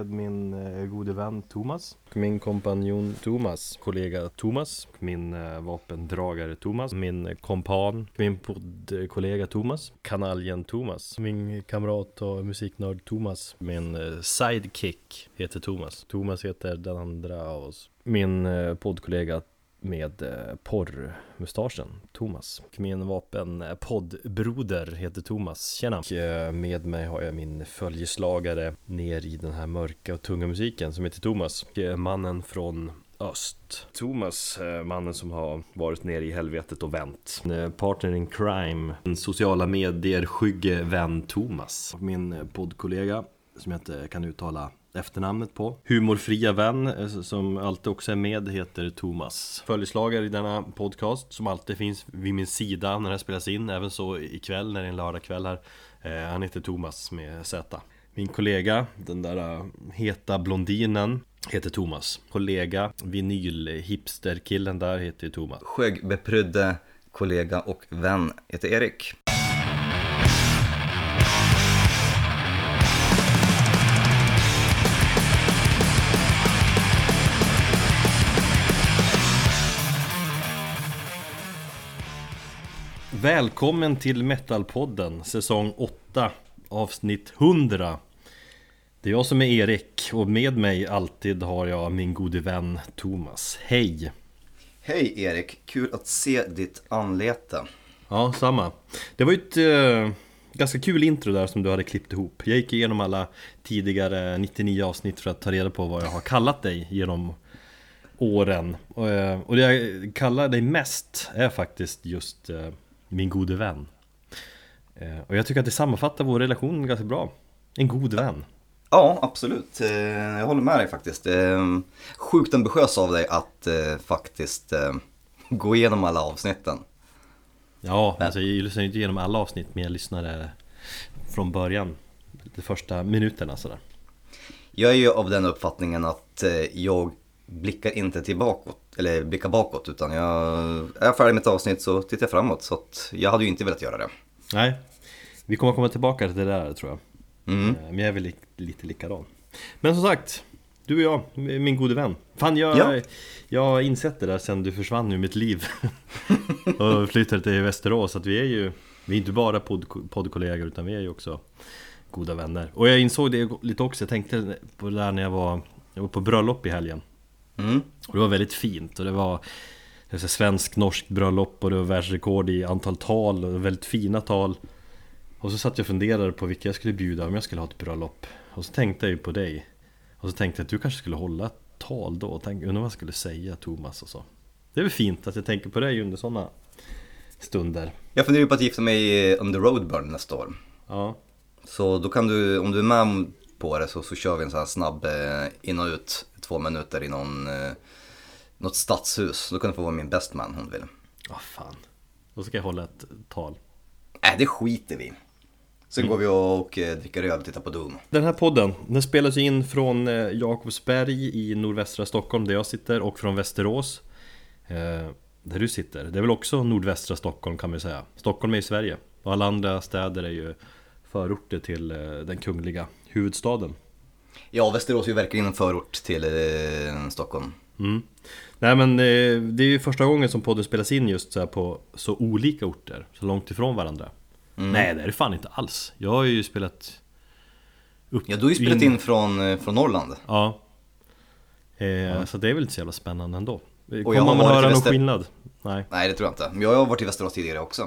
med min gode vän Thomas, min kompanjon Thomas, kollega Thomas, min vapendragare Thomas, min kompan, min poddkollega Thomas, kanaljen Thomas, min kamrat och musiknörd Thomas, min sidekick heter Thomas. Thomas heter den andra av oss. Min poddkollega med porrmustaschen, Thomas. Min vapenpoddbroder heter Thomas. Tjena. Och med mig har jag min följeslagare ner i den här mörka och tunga musiken som heter Thomas. Och mannen från öst. Thomas, mannen som har varit nere i helvetet och vänt. Partner in crime. En sociala medier skygge vän Thomas. Och min poddkollega som jag inte kan uttala efternamnet på. Humorfria vän som alltid också är med heter Thomas. Följeslagare i denna podcast som alltid finns vid min sida när det spelas in. Även så ikväll när det är en lördagkväll här. Han heter Thomas med Z. Min kollega, den där heta blondinen, heter Thomas. Kollega, vinyl-hipsterkillen där heter Thomas. Skäggbeprydde kollega och vän heter Erik. Välkommen till Metalpodden, säsong 8, avsnitt 100. Det är jag som är Erik och med mig alltid har jag min gode vän Thomas. Hej! Hej Erik, kul att se ditt anlete. Ja, samma. Det var ju ett ganska kul intro där som du hade klippt ihop. Jag gick igenom alla tidigare 99 avsnitt för att ta reda på vad jag har kallat dig genom åren. Och det jag kallar dig mest är faktiskt just min gode vän. Och jag tycker att det sammanfattar vår relation ganska bra. En god vän. Ja, absolut. Jag håller med dig faktiskt. Sjukt ambitiös av dig att faktiskt gå igenom alla avsnitten. Ja, alltså jag lyssnar inte igenom alla avsnitt, men jag lyssnade från början, de första minuterna sådär. Jag är ju av den uppfattningen att jag blickar inte blickar bakåt, utan jag är färdig med ett avsnitt så tittar jag framåt, så att jag hade ju inte velat göra det. Nej, vi kommer komma tillbaka till det där tror jag. Men jag är väl lite likadan. Men som sagt, du och jag, min gode vän. Fan, jag har insett det där sen du försvann ur mitt liv och flyttade till Västerås, att vi är inte bara poddkollegor utan vi är ju också goda vänner. Och jag insåg det lite också, jag tänkte på det där när jag var på bröllop i helgen. Och det var väldigt fint och det var svensk-norsk bröllop och det var världsrekord i antal tal och väldigt fina tal. Och så satt jag och funderade på vilka jag skulle bjuda om jag skulle ha ett bröllop. Och så tänkte jag ju på dig. Och så tänkte jag att du kanske skulle hålla ett tal då. Och undrar vad jag skulle säga, Thomas och så. Det är väl fint att jag tänker på dig under sådana stunder. Jag funderar ju på att gifta mig under Roadburn nästa år. Ja. Så då kan du, om du är med på det, så kör vi en sån här snabb in och ut 2 minuter i något stadshus. Då kan du få vara min best man om du vill. Fan. Då ska jag hålla ett tal. Det skiter vi. Sen går vi och dricker öl och tittar på Doom. Den här podden, den spelas in från Jakobsberg i nordvästra Stockholm där jag sitter, och från Västerås där du sitter. Det är väl också nordvästra Stockholm kan man säga. Stockholm är i Sverige och alla andra städer är ju förorter till den kungliga huvudstaden. Ja, Västerås är ju verkligen en förort till Stockholm. Nej, men det är ju första gången som podden spelas in just så här på så olika orter, så långt ifrån varandra. Nej, det är det fan inte alls. Jag har ju spelat upp. Ja, du har ju spelat in från Norrland. Ja. Så det är väl inte så jävla spännande ändå. Kommer man höra någon skillnad? Nej, det tror jag inte. Men jag har varit i Västerås tidigare också.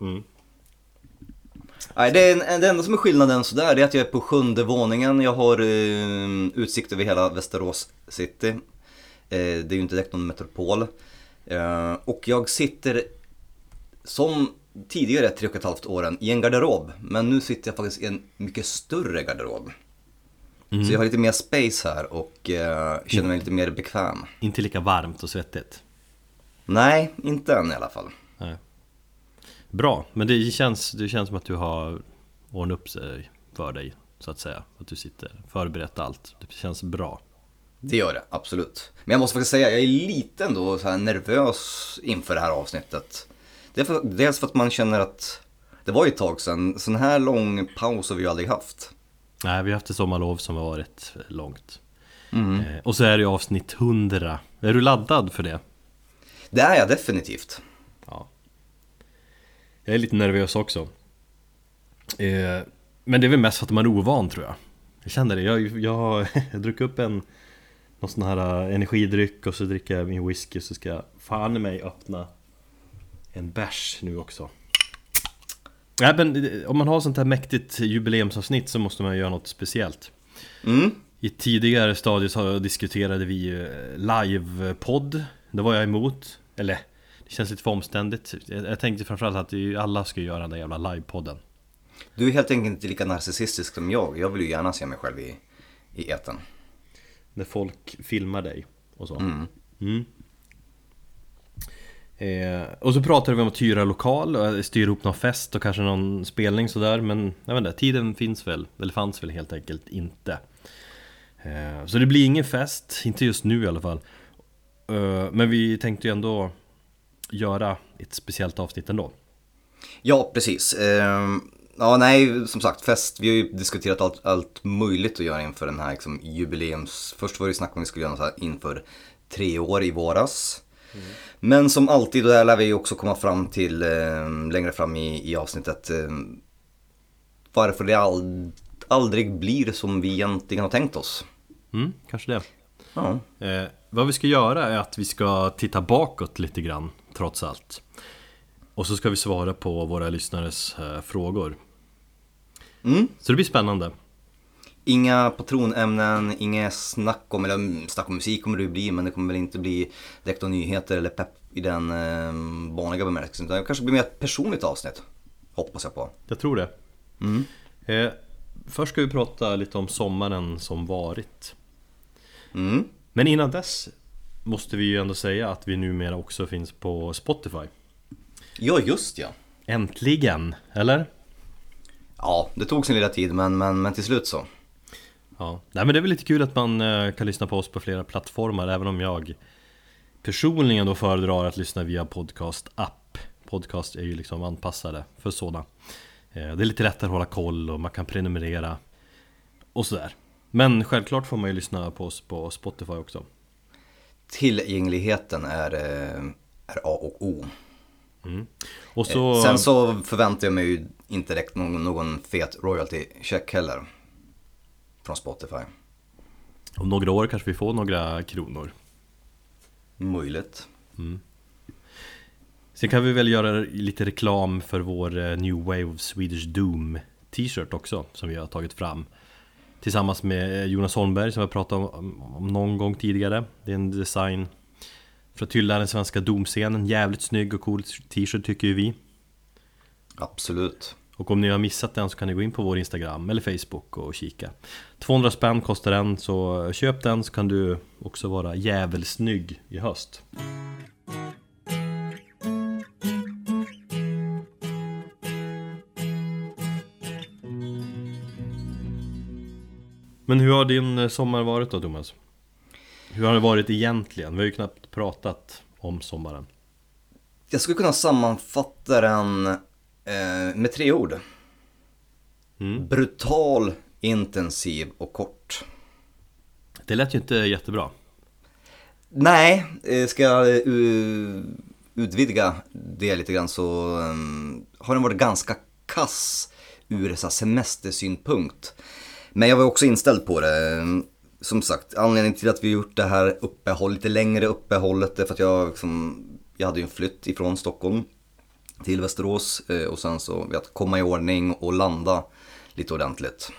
Nej, det enda som är skillnaden sådär, det är att jag är på 7:e våningen. Jag har utsikt över hela Västerås city. Det är ju inte direkt någon metropol. Och jag sitter som tidigare 3,5 åren i en garderob. Men nu sitter jag faktiskt i en mycket större garderob. Så jag har lite mer space här och känner mig lite mer bekväm. Inte lika varmt och svettigt? Nej, inte än i alla fall. Nej. Bra, men det känns som att du har ordnat upp sig för dig, så att säga. Att du sitter förberett allt. Det känns bra. Det gör det, absolut. Men jag måste faktiskt säga, jag är lite ändå så här nervös inför det här avsnittet. Dels för att man känner att det var ju ett tag sedan. Sån här lång paus har vi ju aldrig haft. Nej, vi har haft ett sommarlov som har varit långt. Och så är det ju avsnitt 100. Är du laddad för det? Det är jag definitivt. Ja. Jag är lite nervös också. Men det är väl mest för att man är ovan, tror jag. Jag känner det, jag har druckit upp någon sån här energidryck. Och så dricker jag min whisky. Så ska jag fan i mig öppna en bärs nu också. Ja, men om man har sånt här mäktigt jubileumsavsnitt så måste man göra något speciellt. I tidigare stadier så diskuterade vi livepodd. Det var jag emot. Eller, det känns lite för omständigt. Jag tänkte framförallt att alla ska göra den där jävla livepodden. Du är helt enkelt inte lika narcissistisk som jag. Jag vill ju gärna se mig själv i etern. När folk filmar dig och så. Och så pratade vi om att hyra lokal och styra upp någon fest och kanske någon spelning sådär. Men jag vet inte, tiden finns väl, eller fanns väl helt enkelt inte. Så det blir ingen fest, inte just nu i alla fall. Men vi tänkte ju ändå göra ett speciellt avsnitt ändå. Ja, precis. Ja, nej, som sagt, fest. Vi har ju diskuterat allt möjligt att göra inför den här liksom, jubileums... Först var det snack om vi skulle göra något så här inför 3 år i våras. Men som alltid, och det här lär vi också komma fram till längre fram i avsnittet, varför det aldrig blir som vi egentligen har tänkt oss. Kanske det. Ja. Vad vi ska göra är att vi ska titta bakåt lite grann, trots allt. Och så ska vi svara på våra lyssnares frågor. Så det blir spännande. Inga patronämnen, inga snack om musik kommer det bli, men det kommer väl inte bli direkt nyheter eller pepp i den vanliga bemärkelsen. Det kanske blir mer ett personligt avsnitt, hoppas jag på. Jag tror det. Först ska vi prata lite om sommaren som varit. Men innan dess måste vi ju ändå säga att vi numera också finns på Spotify. Ja, just ja. Äntligen, eller? Ja, det tog sin lilla tid, men till slut så. Ja, nej, men det är väl lite kul att man kan lyssna på oss på flera plattformar. Även om jag personligen då föredrar att lyssna via podcast-app. Podcast är ju liksom anpassade för sådana. Det är lite lättare att hålla koll och man kan prenumerera och sådär. Men självklart får man ju lyssna på oss på Spotify också. Tillgängligheten är A och O. Och så... Sen så förväntar jag mig ju inte direkt någon fet royalty-check heller från Spotify. Om några år kanske vi får några kronor. Möjligt. Sen kan vi väl göra lite reklam för vår New Wave of Swedish Doom t-shirt också, som vi har tagit fram tillsammans med Jonas Holmberg, som jag pratade om någon gång tidigare. Det är en design för att hylla den svenska domscenen. Jävligt snygg och cool t-shirt tycker ju vi. Absolut. Och om ni har missat den så kan ni gå in på vår Instagram eller Facebook och kika. 200 spänn kostar den, så köp den så kan du också vara jävelsnygg i höst. Men hur har din sommar varit då, Thomas? Hur har det varit egentligen? Vi har ju knappt pratat om sommaren. Jag skulle kunna sammanfatta den med 3 ord. Brutal, intensiv och kort. Det lät ju inte jättebra. Nej, ska jag utvidga det lite grann så har den varit ganska kass ur så semestersynpunkt. Men jag var också inställd på det. Som sagt, anledningen till att vi gjort det här lite längre uppehållet är för att jag hade ju en flytt ifrån Stockholm till Västerås och sen så att komma i ordning och landa lite ordentligt.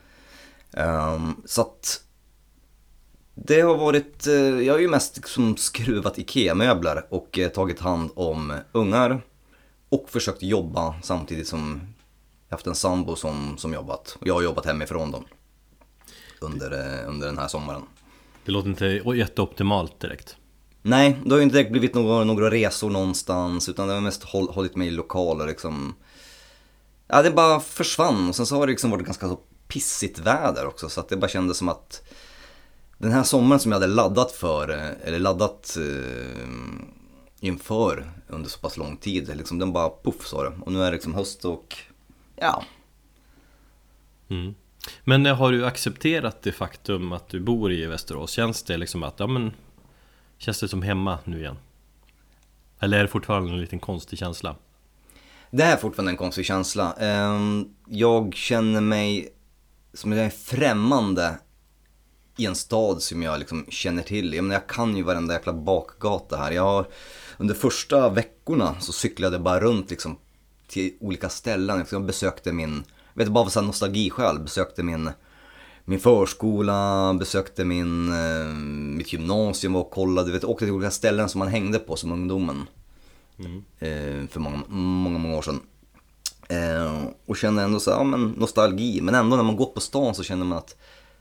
Så att det har varit, jag har ju mest liksom skruvat IKEA-möbler och tagit hand om ungar och försökt jobba samtidigt som jag haft en sambo som jobbat. Och jag har jobbat hemifrån dem under den här sommaren. Det låter inte jätteoptimalt direkt. Nej, det har ju inte direkt blivit några resor någonstans, utan det har mest hållit mig i lokaler liksom. Ja, det bara försvann, och sen så har det liksom varit ganska så pissigt väder också, så att det bara kändes som att den här sommaren som jag hade laddat inför under så pass lång tid, liksom, den bara puff så det. Och nu är det liksom höst och ja. Men har du accepterat det faktum att du bor i Västerås? Känns det liksom att, känns det som hemma nu igen? Eller är det fortfarande en liten konstig känsla? Det är fortfarande en konstig känsla. Jag känner mig som jag är främmande i en stad som jag liksom känner till. Jag kan ju varenda jäkla bakgata här. Under första veckorna så cyklade jag bara runt liksom till olika ställen. Jag besökte bara för nostalgiskäl, besökte min förskola, besökte mitt gymnasium och kollade, åkte till olika ställen som man hängde på som ungdomen. För många år sedan. Och känner ändå så här, nostalgi. Men ändå när man går på stan så känner man att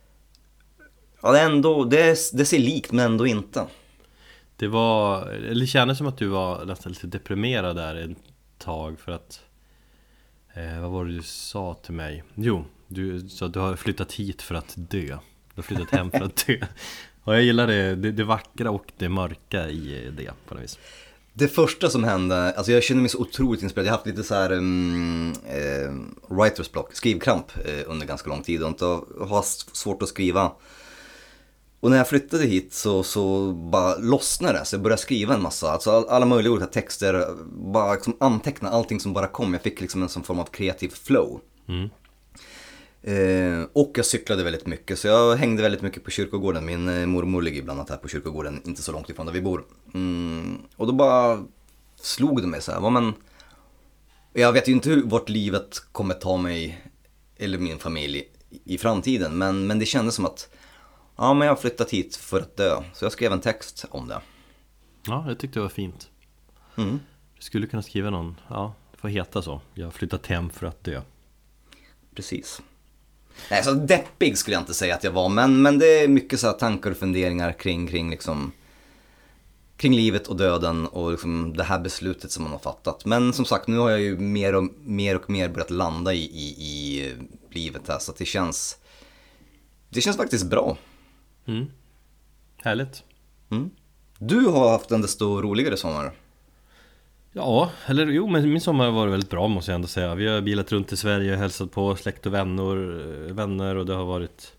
det ser likt men ändå inte. Det kändes som att du var nästan lite deprimerad där ett tag. För att vad var det du sa till mig? Jo, du sa att du har flyttat hit för att dö. Du har flyttat hem för att dö. Och jag gillar det vackra och det mörka i det på något vis. Det första som hände, alltså jag känner mig så otroligt inspirerad. Jag har haft lite så här writer's block, skrivkramp under ganska lång tid och har svårt att skriva. Och när jag flyttade hit så bara lossnade det, så jag började skriva en massa, alltså alla möjliga olika texter, bara liksom anteckna allting som bara kom. Jag fick liksom en sån form av kreativ flow. Och jag cyklade väldigt mycket, så jag hängde väldigt mycket på kyrkogården. Min mormor ligger bland annat här på kyrkogården, inte så långt ifrån där vi bor. Och då bara slog det mig så här, men jag vet ju inte vart livet kommer ta mig eller min familj i framtiden, men det kändes som att men jag har flyttat hit för att dö. Så jag skrev en text om det. Ja, jag tyckte det var fint. Du skulle kunna skriva någon, det får heta så. Jag har flyttat hem för att dö. Precis. Nej, så deppig skulle jag inte säga att jag var, men det är mycket så här tankar och funderingar kring livet och döden och liksom det här beslutet som man har fattat. Men som sagt, nu har jag ju mer och mer börjat landa i livet här, så att det känns faktiskt bra. Härligt. Du har haft en desto roligare sommar. Ja, men min sommar har varit väldigt bra, måste jag ändå säga. Vi har bilat runt i Sverige och hälsat på släkt och vänner och det har varit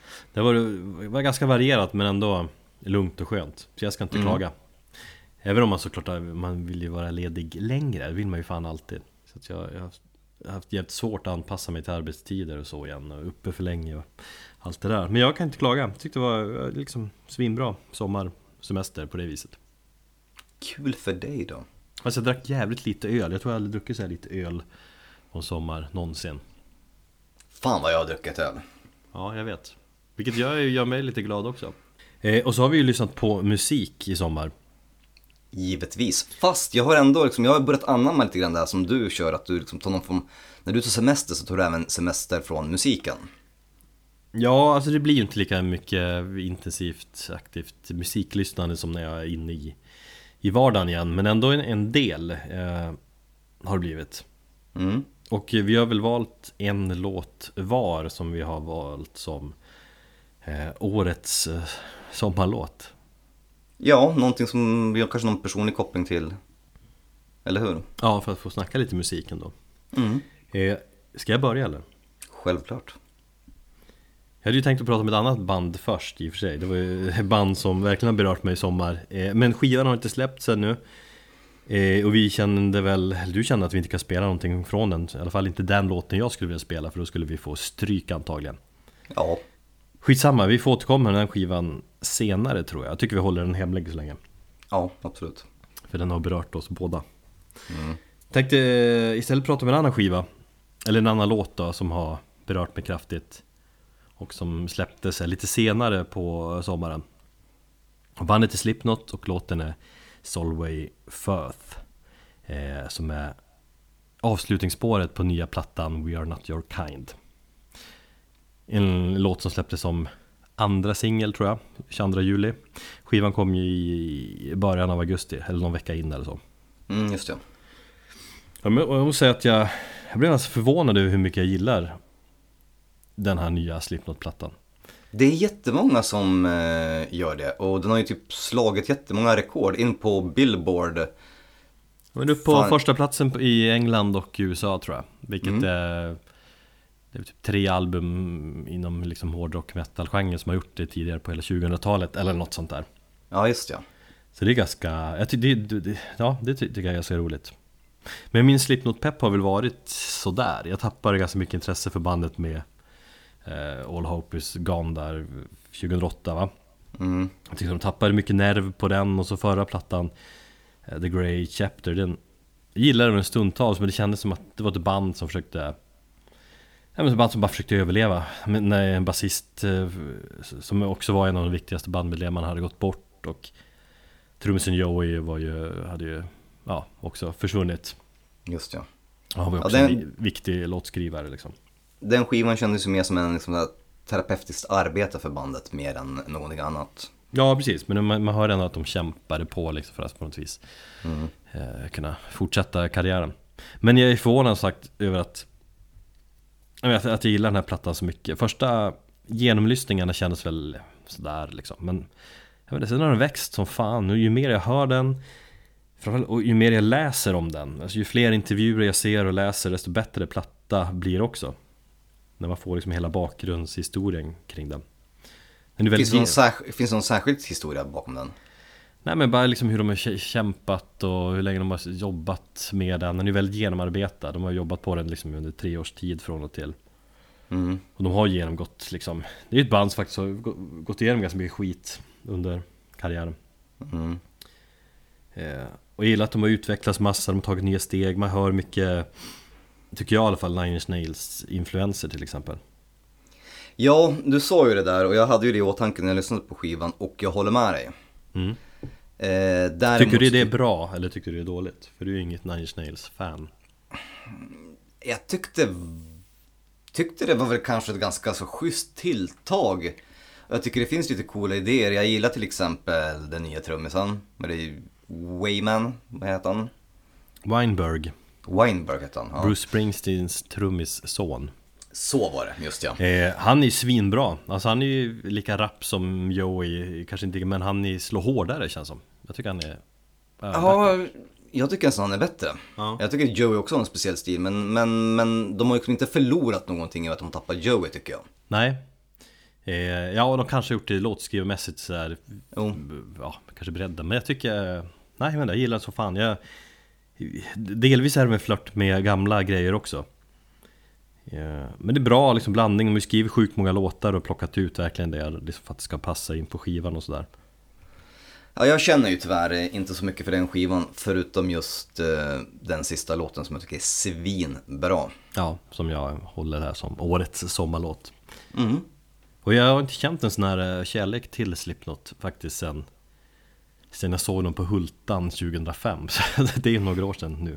ganska varierat men ändå lugnt och skönt. Så jag ska inte klaga. Även om man såklart man vill ju vara ledig längre, det vill man ju fan alltid. Så att jag har haft jävligt svårt att anpassa mig till arbetstider och så igen, och uppe för länge och allt det där. Men jag kan inte klaga, jag tyckte det var liksom svinbra sommarsemester på det viset. Kul för dig då. Alltså jag drack jävligt lite öl. Jag tror jag aldrig druckit så här lite öl på sommar någonsin. Fan vad jag har druckit öl. Ja, jag vet. Vilket gör mig lite glad också. Och så har vi ju lyssnat på musik i sommar. Givetvis. Fast jag har ändå jag har börjat anamma lite grann det här som du kör. Att du liksom tar någon form, när du tar semester så tar du även semester från musiken. Ja, alltså det blir ju inte lika mycket intensivt, aktivt musiklyssnande som när jag är inne i vardagen igen. Men ändå en del har det blivit. Och vi har väl valt en låt var som vi har valt som årets sommarlåt. Ja, någonting som vi har kanske någon personlig koppling till. Eller hur? Ja, för att få snacka lite musiken då. Ska jag börja eller? Självklart. Jag hade ju tänkt att prata om ett annat band först i och för sig. Det var ju ett band som verkligen har berört mig i sommar. Men skivan har inte släppts ännu. Och vi kände väl, eller du kände att vi inte kan spela någonting från den. I alla fall inte den låten jag skulle vilja spela, för då skulle vi få stryk antagligen. Ja. Skitsamma, vi får återkomma med den skivan senare tror jag. Jag tycker vi håller den hemlig så länge. Ja, absolut. För den har berört oss båda. Tänkte istället prata om en annan skiva. Eller en annan låt då, som har berört mig kraftigt. Och som släpptes lite senare på sommaren. Bandet är Slipknot och låten är Solway Firth, som är avslutningsspåret på nya plattan We Are Not Your Kind. En låt som släpptes som andra singel tror jag, 22 juli. Skivan kom ju i början av augusti, eller någon vecka in eller så. Just det. Ja, men jag måste säga att jag blev alltså förvånad över hur mycket jag gillar den här nya Slipknot-plattan. Det är jättemånga som gör det. Och den har ju typ slagit jättemånga rekord in på Billboard. Men upp på första platsen i England och USA tror jag. Vilket är Det är typ 3 album inom liksom hårdrock metal-genren som har gjort det tidigare på hela 2000-talet eller något sånt där. Ja, just ja. Så det är ganska, det tycker jag är ganska roligt. Men min Slipknot-pepp har väl varit sådär. Jag tappade ganska mycket intresse för bandet med All Hope Is Gone där 2008 va? Jag tycker de tappade mycket nerv på den. Och så förra plattan The Grey Chapter, den gillade den stundtals, men det kändes som att det var ett band som försökte ett band som bara försökte överleva. Men när en basist som också var en av de viktigaste bandmedlemmarna hade gått bort, och trummisen Joey hade ju också försvunnit. Just ja. Han var också en viktig låtskrivare liksom. Den skivan kändes ju mer som en liksom, terapeutiskt arbete för bandet mer än någonting annat. Ja, precis. Men man hör ändå att de kämpade på liksom, för att på något vis kunna fortsätta karriären. Men jag är förvånad sagt över att jag gillar den här plattan så mycket. Första genomlyssningarna kändes väl sådär liksom. Men jag vet inte, sen har den växt som fan. Och ju mer jag hör den och ju mer jag läser om den, alltså ju fler intervjuer jag ser och läser, desto bättre platta blir också. När man får liksom hela bakgrundshistorien kring den. Finns det någon särskild historia bakom den? Nej, men bara liksom hur de har kämpat och hur länge de har jobbat med den. Den är väldigt genomarbetad. De har jobbat på den liksom under 3 års tid från och till. Och de har genomgått liksom, det är ett band som faktiskt har gått igenom ganska mycket skit under karriären. Och jag gillar att de har utvecklats massa, de har tagit nya steg. Man hör mycket, tycker jag i alla fall, Nine Inch Nails influenser till exempel. Ja, du sa ju det där och jag hade ju det i åtanke när jag lyssnade på skivan, och jag håller med dig. Tycker du det är bra eller tycker du det är dåligt? För du är ju inget Nine Inch Nails-fan. Jag tyckte det var väl kanske ett ganska så schysst tilltag. Jag tycker det finns lite coola idéer. Jag gillar till exempel den nya trummisen. Men det är Wayman, vad heter han? Weinberg heter han, ja. Bruce Springsteens trummisson. Så var det, just ja. Han är svinbra. Alltså han är ju lika rapp som Joey, kanske inte, men han slår hårdare känns som. Jag tycker han är jag tycker nästan han är bättre. Ja. Jag tycker Joey också har en speciell stil, men de har ju inte förlorat någonting i att de tappar Joey, tycker jag. Nej. Ja, de kanske har gjort det låtskrivarmässigt så här, kanske bredda, men jag tycker jag gillar det så fan. Delvis är det med flört med gamla grejer också. Men det är bra liksom blandning. De har skrivit sjukt många låtar och plockat ut verkligen det liksom för att det ska passa in på skivan och sådär. Ja, jag känner ju tyvärr inte så mycket för den skivan, förutom just den sista låten som jag tycker är svinbra. Ja, som jag håller här som årets sommarlåt. Och jag har inte känt en sån här kärlek till Slipknot faktiskt sen jag såg dem på Hultan 2005. Så det är några år sedan nu.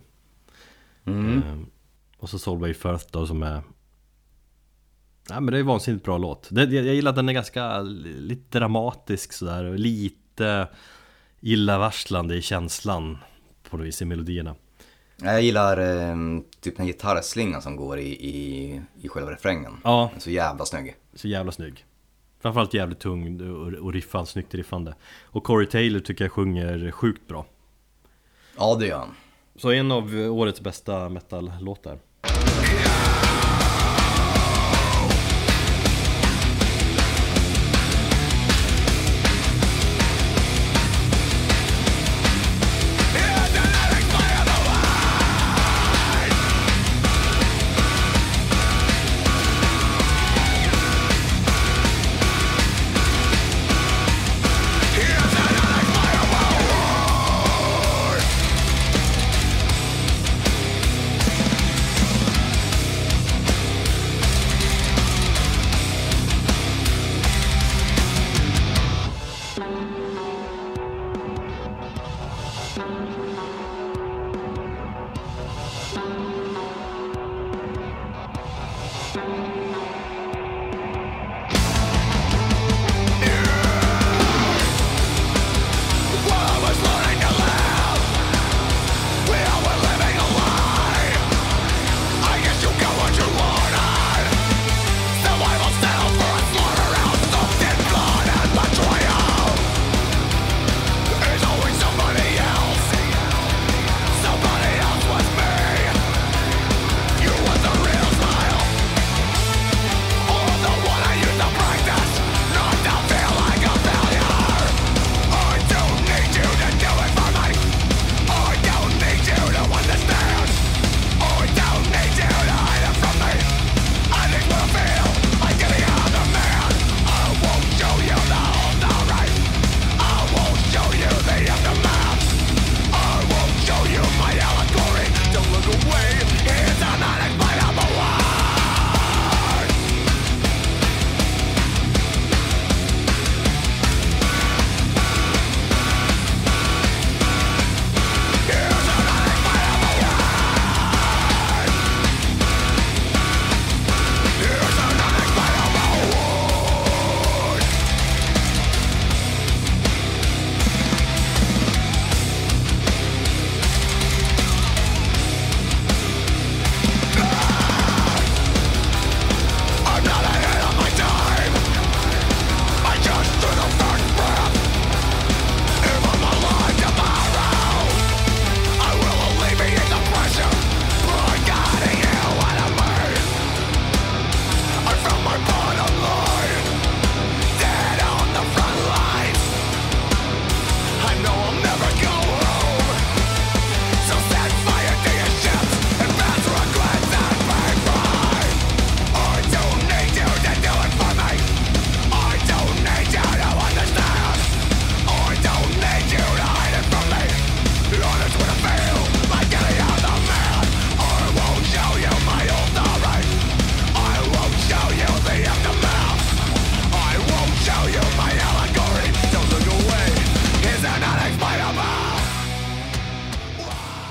Och så Solway Firth då, som är men det är en vansinnigt bra låt. Jag gillar att den är ganska lite dramatisk sådär, och lite illavarslande i känslan på något vis i melodierna. Jag gillar typ den gitarrslingan som går i själva refrängen. Ja. Så jävla snygg. Så jävla snygg. Framförallt jävligt tung och snyggt riffande. Och Corey Taylor tycker jag sjunger sjukt bra. Ja, det gör han. Så en av årets bästa metal-låtar.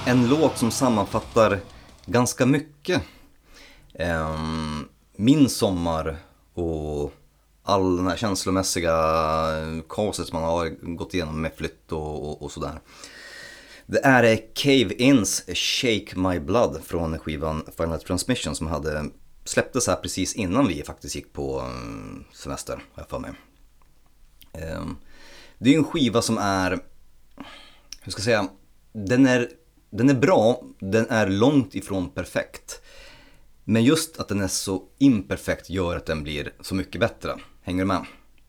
en låt som sammanfattar ganska mycket. Min sommar och all den här känslomässiga kaoset som man har gått igenom med flytt och sådär. Det är Cave Ins Shake My Blood från skivan Final Transmission som släpptes här precis innan vi faktiskt gick på semester, har jag för mig. Det är en skiva som är, hur ska jag säga, den är bra, den är långt ifrån perfekt. Men just att den är så imperfekt gör att den blir så mycket bättre. Hänger du med?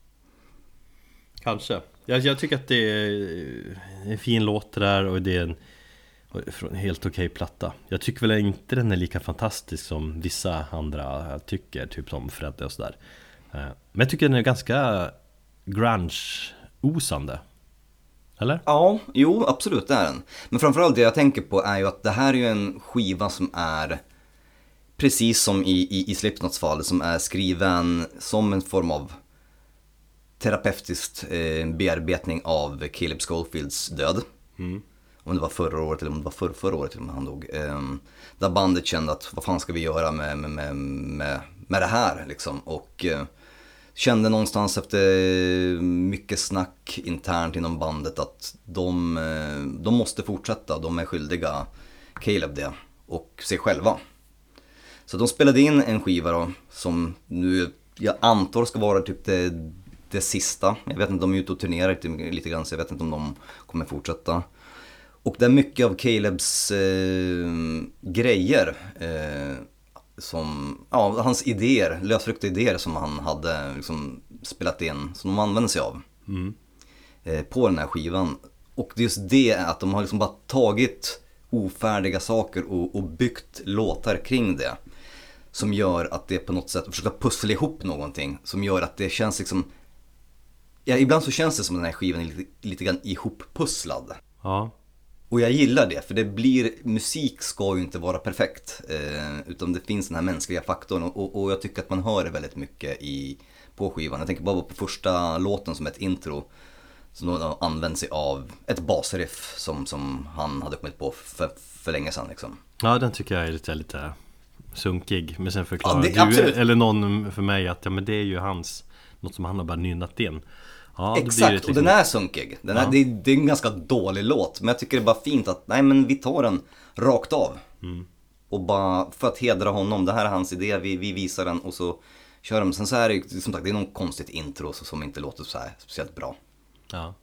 Kanske. Jag tycker att det är en fin låt där och det är en helt okej platta. Jag tycker väl inte den är lika fantastisk som vissa andra tycker, typ som Fredde och sådär. Men jag tycker den är ganska grunge-osande. Eller? Ja, jo, absolut det är den. Men framförallt det jag tänker på är ju att det här är ju en skiva som är, precis som i Slipknots fall, som är skriven som en form av terapeutisk bearbetning av Caleb Schofields död. Om det var förra året eller om det var förra året till och med han dog. Där bandet kände att vad fan ska vi göra med det här liksom. Och kände någonstans efter mycket snack internt inom bandet att de måste fortsätta. De är skyldiga Caleb det och sig själva. Så de spelade in en skiva då, som nu jag antar ska vara typ det sista. Jag vet inte, de är ute och turnerar lite grann, så jag vet inte om de kommer fortsätta. Och det är mycket av Calebs grejer som, ja, hans idéer, lösryckta idéer som han hade liksom spelat in, som de använde sig av på den här skivan. Och det är just det att de har liksom bara tagit ofärdiga saker och byggt låtar kring det. Som gör att det på något sätt, försöka pussla ihop någonting som gör att det känns liksom, ja, ibland så känns det som den här skivan är lite grann ihoppusslad. Ja. Och jag gillar det, för det blir, musik ska ju inte vara perfekt, utan det finns den här mänskliga faktorn och jag tycker att man hör det väldigt mycket på skivan. Jag tänker bara på första låten som ett intro som de använder sig av ett basriff som han hade kommit på för länge sedan liksom. Ja, den tycker jag är lite sunkig, men sen förklarar ja, du eller någon för mig att ja, men det är ju något som han har bara nynnat in. Ja, exakt, liksom... och den är sunkig. Det är en ganska dålig låt, men jag tycker det är bara fint att nej, men vi tar den rakt av. Och bara för att hedra honom, det här är hans idé, vi visar den och så kör de. Sen så är det som sagt, det är någon konstigt intro som inte låter så här speciellt bra. Ja.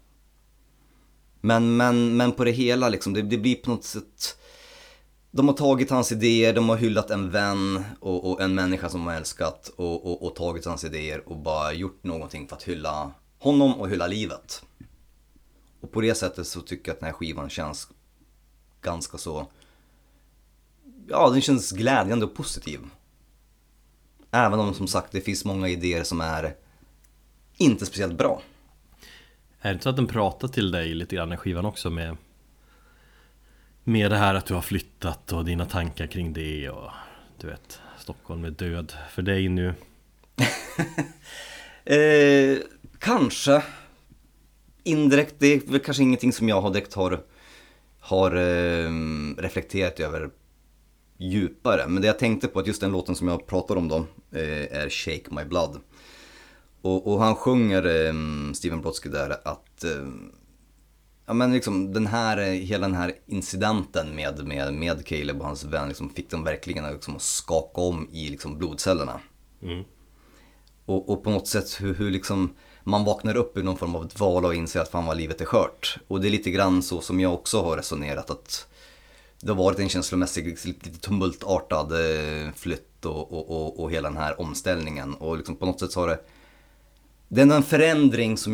Men på det hela liksom, det blir på något sätt, de har tagit hans idéer, de har hyllat en vän och en människa som har älskat och tagit hans idéer och bara gjort någonting för att hylla honom och hylla livet. Och på det sättet så tycker jag att den här skivan känns ganska så, ja, den känns glädjande och positiv. Även om som sagt det finns många idéer som är inte speciellt bra. Är det inte så att den pratar till dig lite grann i skivan också med det här att du har flyttat och dina tankar kring det och du vet, Stockholm är död för dig nu? Kanske indirekt, det är väl kanske ingenting som jag direkt har reflekterat över djupare. Men det jag tänkte på, att just den låten som jag pratar om då är Shake My Blood. Och han sjunger Steven Brodsky där att ja, men liksom hela den här incidenten med Caleb och hans vän liksom fick dem verkligen liksom att skaka om i liksom blodcellerna. Och på något sätt hur liksom man vaknar upp i någon form av ett val och inser att fan vad livet är skört. Och det är lite grann så som jag också har resonerat, att det har varit en känslomässig lite tumultartad flytt och hela den här omställningen. Och liksom på något sätt så har det är en förändring som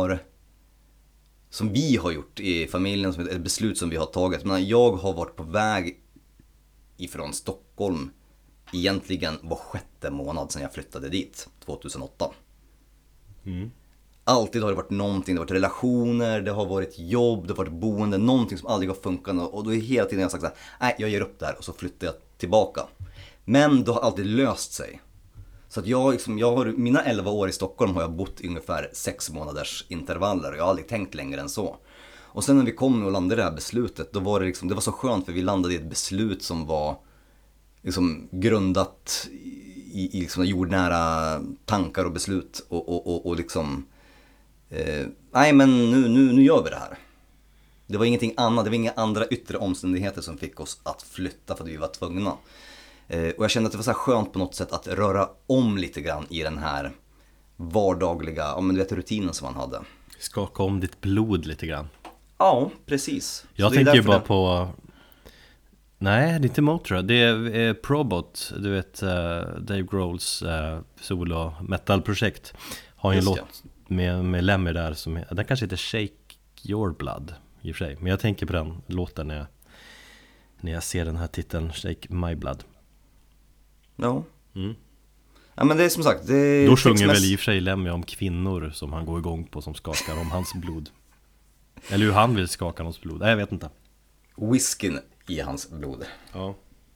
vi har gjort i familjen, som ett beslut som vi har tagit. Men jag har varit på väg ifrån Stockholm egentligen var 6:e månad sedan jag flyttade dit 2008. Alltid har det varit någonting, det har varit relationer, det har varit jobb, det har varit boende, någonting som aldrig har funkat. Och då är hela tiden jag sagt så här, nej, jag ger upp det här och så flyttar jag tillbaka. Men det har alltid löst sig. Så att jag har mina 11 år i Stockholm har jag bott i ungefär 6 månaders intervaller. Jag har aldrig tänkt längre än så. Och sen när vi kom och landade i det här beslutet, då var det liksom, det var så skönt för vi landade i ett beslut som var liksom grundat i liksom jordnära tankar och beslut och liksom nej men nu gör vi det här. Det var ingenting annat, det var inga andra yttre omständigheter som fick oss att flytta för att vi var tvungna. Och jag kände att det var så här skönt på något sätt att röra om lite grann i den här vardagliga, ja men du vet, rutinen som man hade. Skaka om ditt blod lite grann. Ja, precis. Jag tänker ju bara på... Nej, det är inte Motörhead, det är Probot. Du vet, Dave Grohls solo metal-projekt har ju en låt med Lemmy där som den kanske heter Shake Your Blood i och för sig. Men jag tänker på den låten när jag ser den här titeln, Shake My Blood. Ja. Ja men det är som sagt det då sjunger väl i och för sig Lemmy om kvinnor som han går igång på, som skakar om hans blod. Eller hur han vill skaka hans blod, nej jag vet inte. Whiskyn i hans blod. Ja.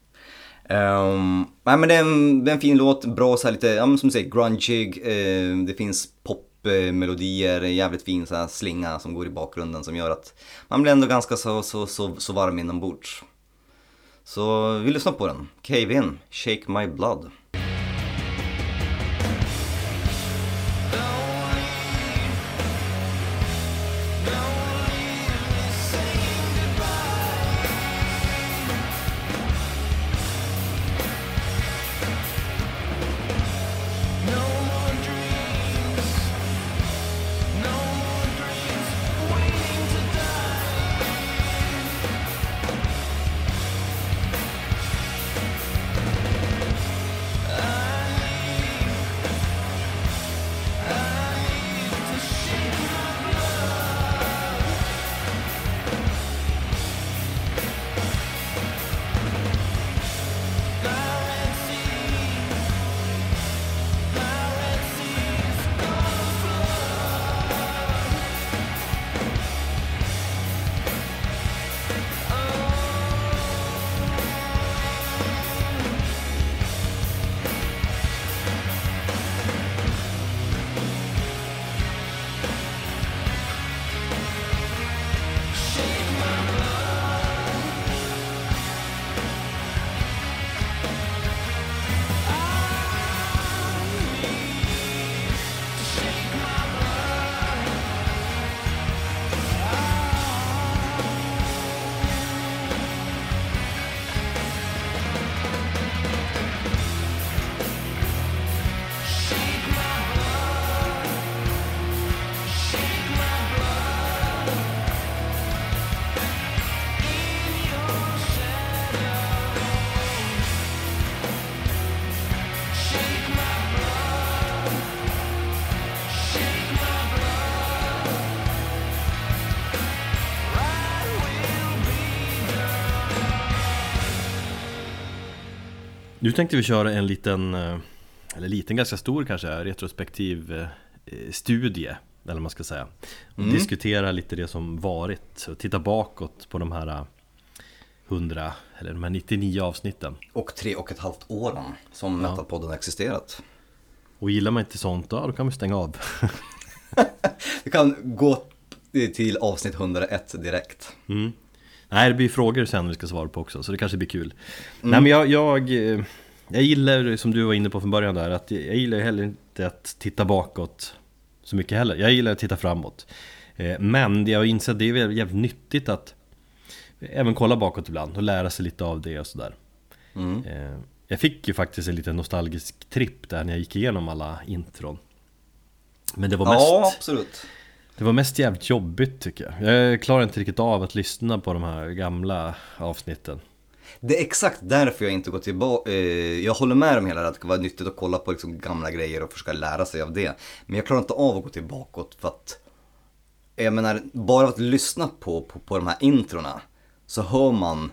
Nej men det är en fin låt, bra så här lite, ja men som du säger, grungig. Det finns popmelodier, jävligt fin så här slinga som går i bakgrunden som gör att man blir ändå ganska så varm inombords. Så vi lyssnar på den. Cave In, Shake My Blood. Nu tänkte vi köra en liten ganska stor kanske retrospektiv studie, eller man ska säga, och diskutera lite det som varit och titta bakåt på de här 100 eller de här 99 avsnitten och 3,5 åren som Metalpodden har existerat. Och gillar man inte sånt då kan vi stänga av. Vi kan gå till avsnitt 101 direkt. Nej, det blir frågor sen vi ska svara på också, så det kanske blir kul. Nej, men jag gillar, som du var inne på från början där, att jag gillar heller inte att titta bakåt så mycket heller. Jag gillar att titta framåt. Men det jag har insett, det är jävligt nyttigt att även kolla bakåt ibland och lära sig lite av det och sådär. Jag fick ju faktiskt en liten nostalgisk tripp där när jag gick igenom alla intron. Men det var mest... Ja, absolut. Det var mest jävligt jobbigt tycker jag. Jag klarar inte riktigt av att lyssna på de här gamla avsnitten. Det är exakt därför jag inte går tillbaka. Jag håller med om hela det, att det var nyttigt att kolla på liksom gamla grejer och försöka lära sig av det. Men jag klarar inte av att gå tillbaka för att, jag menar, bara att lyssna på de här introna så hör man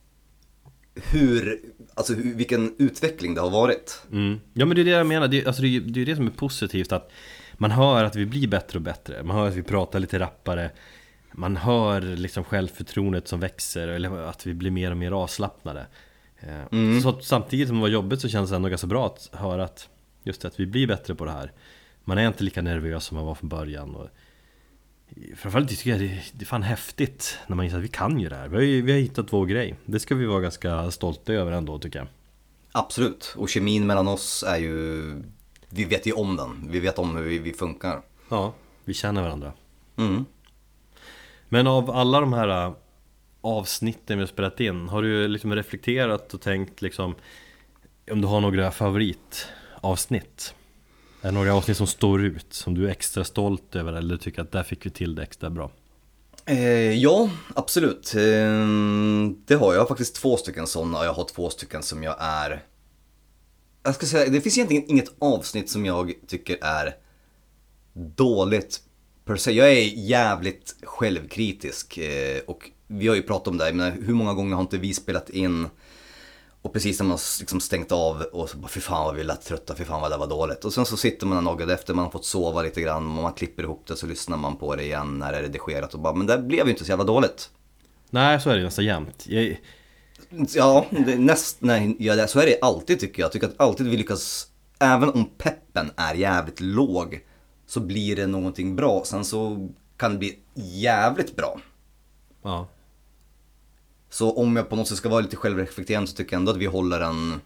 vilken utveckling det har varit. Ja, men det är det jag menar. Det är det som är positivt, att man hör att vi blir bättre och bättre. Man hör att vi pratar lite rappare. Man hör liksom självförtroendet som växer, eller att vi blir mer och mer avslappnade. Så samtidigt som det var jobbigt så känns det ändå ganska bra att höra att just att vi blir bättre på det här. Man är inte lika nervös som man var från början. Och framförallt tycker jag det är fan häftigt när man inser att vi kan ju det här. Vi har hittat vår grej. Det ska vi vara ganska stolta över ändå, tycker jag. Absolut, och kemin mellan oss är ju, vi vet ju om den. Vi vet om hur vi funkar. Ja, vi känner varandra. Mm. Men av alla de här avsnitten vi har spelat in, har du liksom reflekterat och tänkt liksom om du har några favoritavsnitt? Är det några avsnitt som står ut, som du är extra stolt över eller tycker att där fick vi till det extra bra? Ja, absolut. Det har jag faktiskt 2 stycken sådana, och jag har 2 stycken som jag ska säga, det finns egentligen inget avsnitt som jag tycker är dåligt per se. Jag är jävligt självkritisk, och vi har ju pratat om det, men hur många gånger har inte vi spelat in och precis när man liksom stängt av och så bara, fy fan vad vi lät trötta, fy fan vad det var dåligt. Och sen så sitter man en naggad efter, man har fått sova lite grann, och man klipper ihop det, så lyssnar man på det igen när det är redigerat och bara, men det blev ju inte så jävla dåligt. Nej, så är det nästan jämt. Ja, så är det alltid, tycker jag. Jag tycker att alltid vi lyckas, även om peppen är jävligt låg, så blir det någonting bra. Sen så kan det bli jävligt bra. Ja. Så om jag på något sätt ska vara lite självreflekterande, så tycker jag ändå att vi håller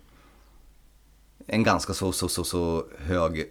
en ganska så hög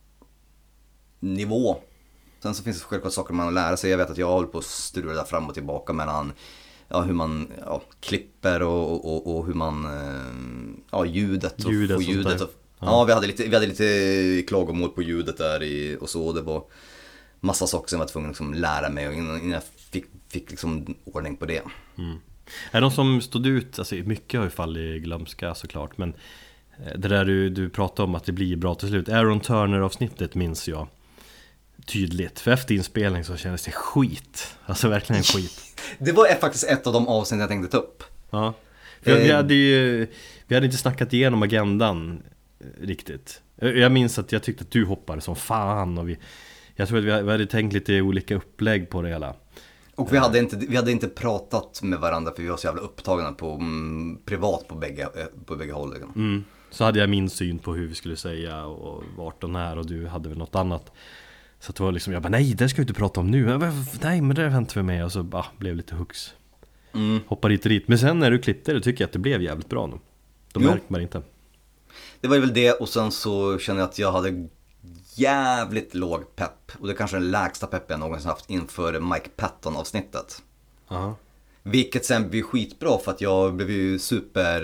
nivå. Sen så finns det självklart saker man lära sig. Jag vet att jag håller på att strula där fram och tillbaka mellan hur man klipper och hur man ljudet och få ljudet. Ja, vi hade lite klagomål på ljudet där och så. Det var massa saker som jag var tvungen att liksom lära mig, och innan jag fick liksom ordning på det. Mm. Är de som stod ut, alltså mycket har ju fallit i glömska såklart, men det där du pratade om att det blir bra till slut. Aaron Turner-avsnittet minns jag tydligt, för efter inspelning så kändes det skit. Alltså verkligen skit. Det var faktiskt ett av de avsnitt jag tänkte ta upp. Ja, för vi hade inte snackat igenom agendan riktigt. Jag minns att jag tyckte att du hoppade som fan, och jag tror att vi hade tänkt lite olika upplägg på det hela. Och vi hade inte pratat med varandra, för vi var så jävla upptagna privat på bägge håll. Så hade jag min syn på hur vi skulle säga och vart och när, och du hade väl något annat. Så det var liksom, jag bara, nej, det ska vi inte prata om nu. Nej, men det väntar vi med. Och så blev lite hux. Hoppar hit och dit. Men sen när du klippte det tycker jag att det blev jävligt bra nu. Då märker man inte. Det var väl det, och sen så kände jag att jag hade jävligt låg pepp. Och det är kanske den lägsta pepp jag någonsin haft inför Mike Patton-avsnittet. Vilket sen blev skitbra, för att jag blev ju super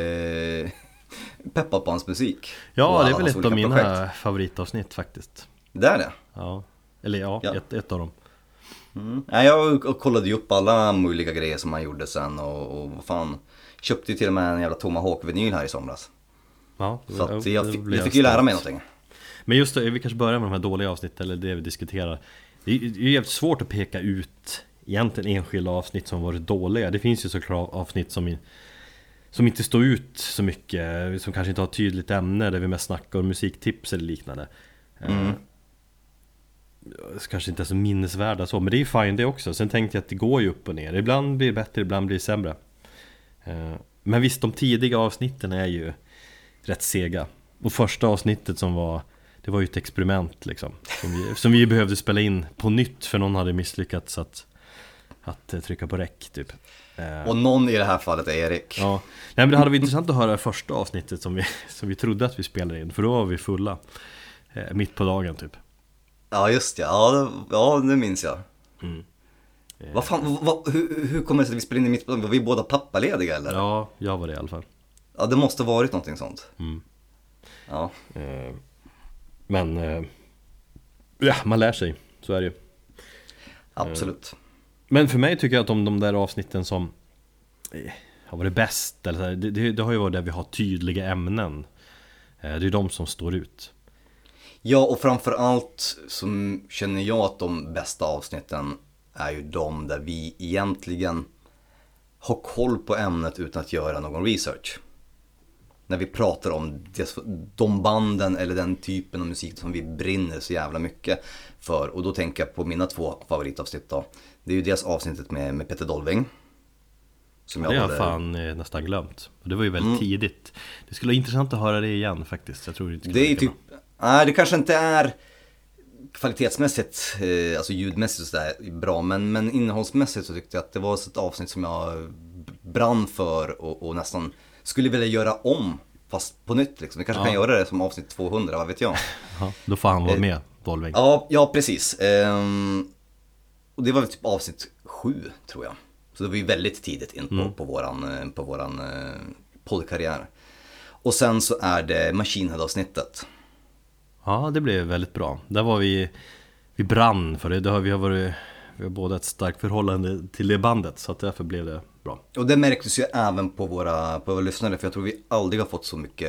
peppad på hans musik. Ja, det är väl ett av mina favoritavsnitt faktiskt. Det är det? Ja, eller ett av dem. Jag kollade ju upp alla möjliga grejer som han gjorde sen, och vad fan, köpte ju till och med en jävla Tomahawk-vinyl här i somras. Ja, så att jag fick ju lära mig någonting. Men just det, vi kanske börjar med de här dåliga avsnitten, eller det vi diskuterar. Det är jävligt svårt att peka ut egentligen enskilda avsnitt som varit dåliga. Det finns ju såklart avsnitt som inte står ut så mycket, som kanske inte har ett tydligt ämne, där vi mest snackar om musiktips eller liknande. Kanske inte är så minnesvärda så, men det är fine det också. Sen tänkte jag att det går ju upp och ner. Ibland blir det bättre, ibland blir det sämre. Men visst, de tidiga avsnitten är ju rätt sega. Och första avsnittet det var ju ett experiment liksom, som vi behövde spela in på nytt, för någon hade misslyckats att trycka på räck typ. Och någon i det här fallet är Erik. Ja. Nej, men det hade varit intressant att höra det första avsnittet som vi trodde att vi spelade in, för då var vi fulla mitt på dagen typ. Ja, just det. Ja, det minns jag. Vad fan, hur kommer det sig att vi spelade in i mitt på dagen? Var vi båda pappalediga eller? Ja, jag var det i alla fall. Ja, det måste ha varit någonting sånt. Ja. Men ja, man lär sig, så är det ju. Absolut. Men för mig tycker jag att de där avsnitten som har varit bäst, eller så här, det har ju varit där vi har tydliga ämnen. Det är de som står ut. Ja, och framförallt så känner jag att de bästa avsnitten är ju de där vi egentligen har koll på ämnet utan att göra någon research. När vi pratar om de banden eller den typen av musik som vi brinner så jävla mycket för. Och då tänker jag på mina 2 favoritavsnitt då. Det är ju dels avsnittet med Peter Dolving. Som det har jag fan nästan glömt. Och det var ju väldigt tidigt. Det skulle vara intressant att höra det igen faktiskt. Jag tror inte det är typ, nej, det kanske inte är kvalitetsmässigt, alltså ljudmässigt och sådär bra, men innehållsmässigt så tyckte jag att det var ett avsnitt som jag brann för och nästan skulle vilja göra om fast på nytt liksom. Vi kanske kan göra det som avsnitt 200, vad vet jag. Ja, då får han vara med, Bolving. Ja, precis. Och det var väl typ avsnitt 7 tror jag. Så det var ju väldigt tidigt in på våran poddkarriär. Och sen så är det Machine Head-avsnittet. Ja, det blev väldigt bra. Där var vi brann för det. Vi har båda ett starkt förhållande till det bandet, så att därför blev det bra. Och det märktes ju även på våra lyssnare, för jag tror vi aldrig har fått så mycket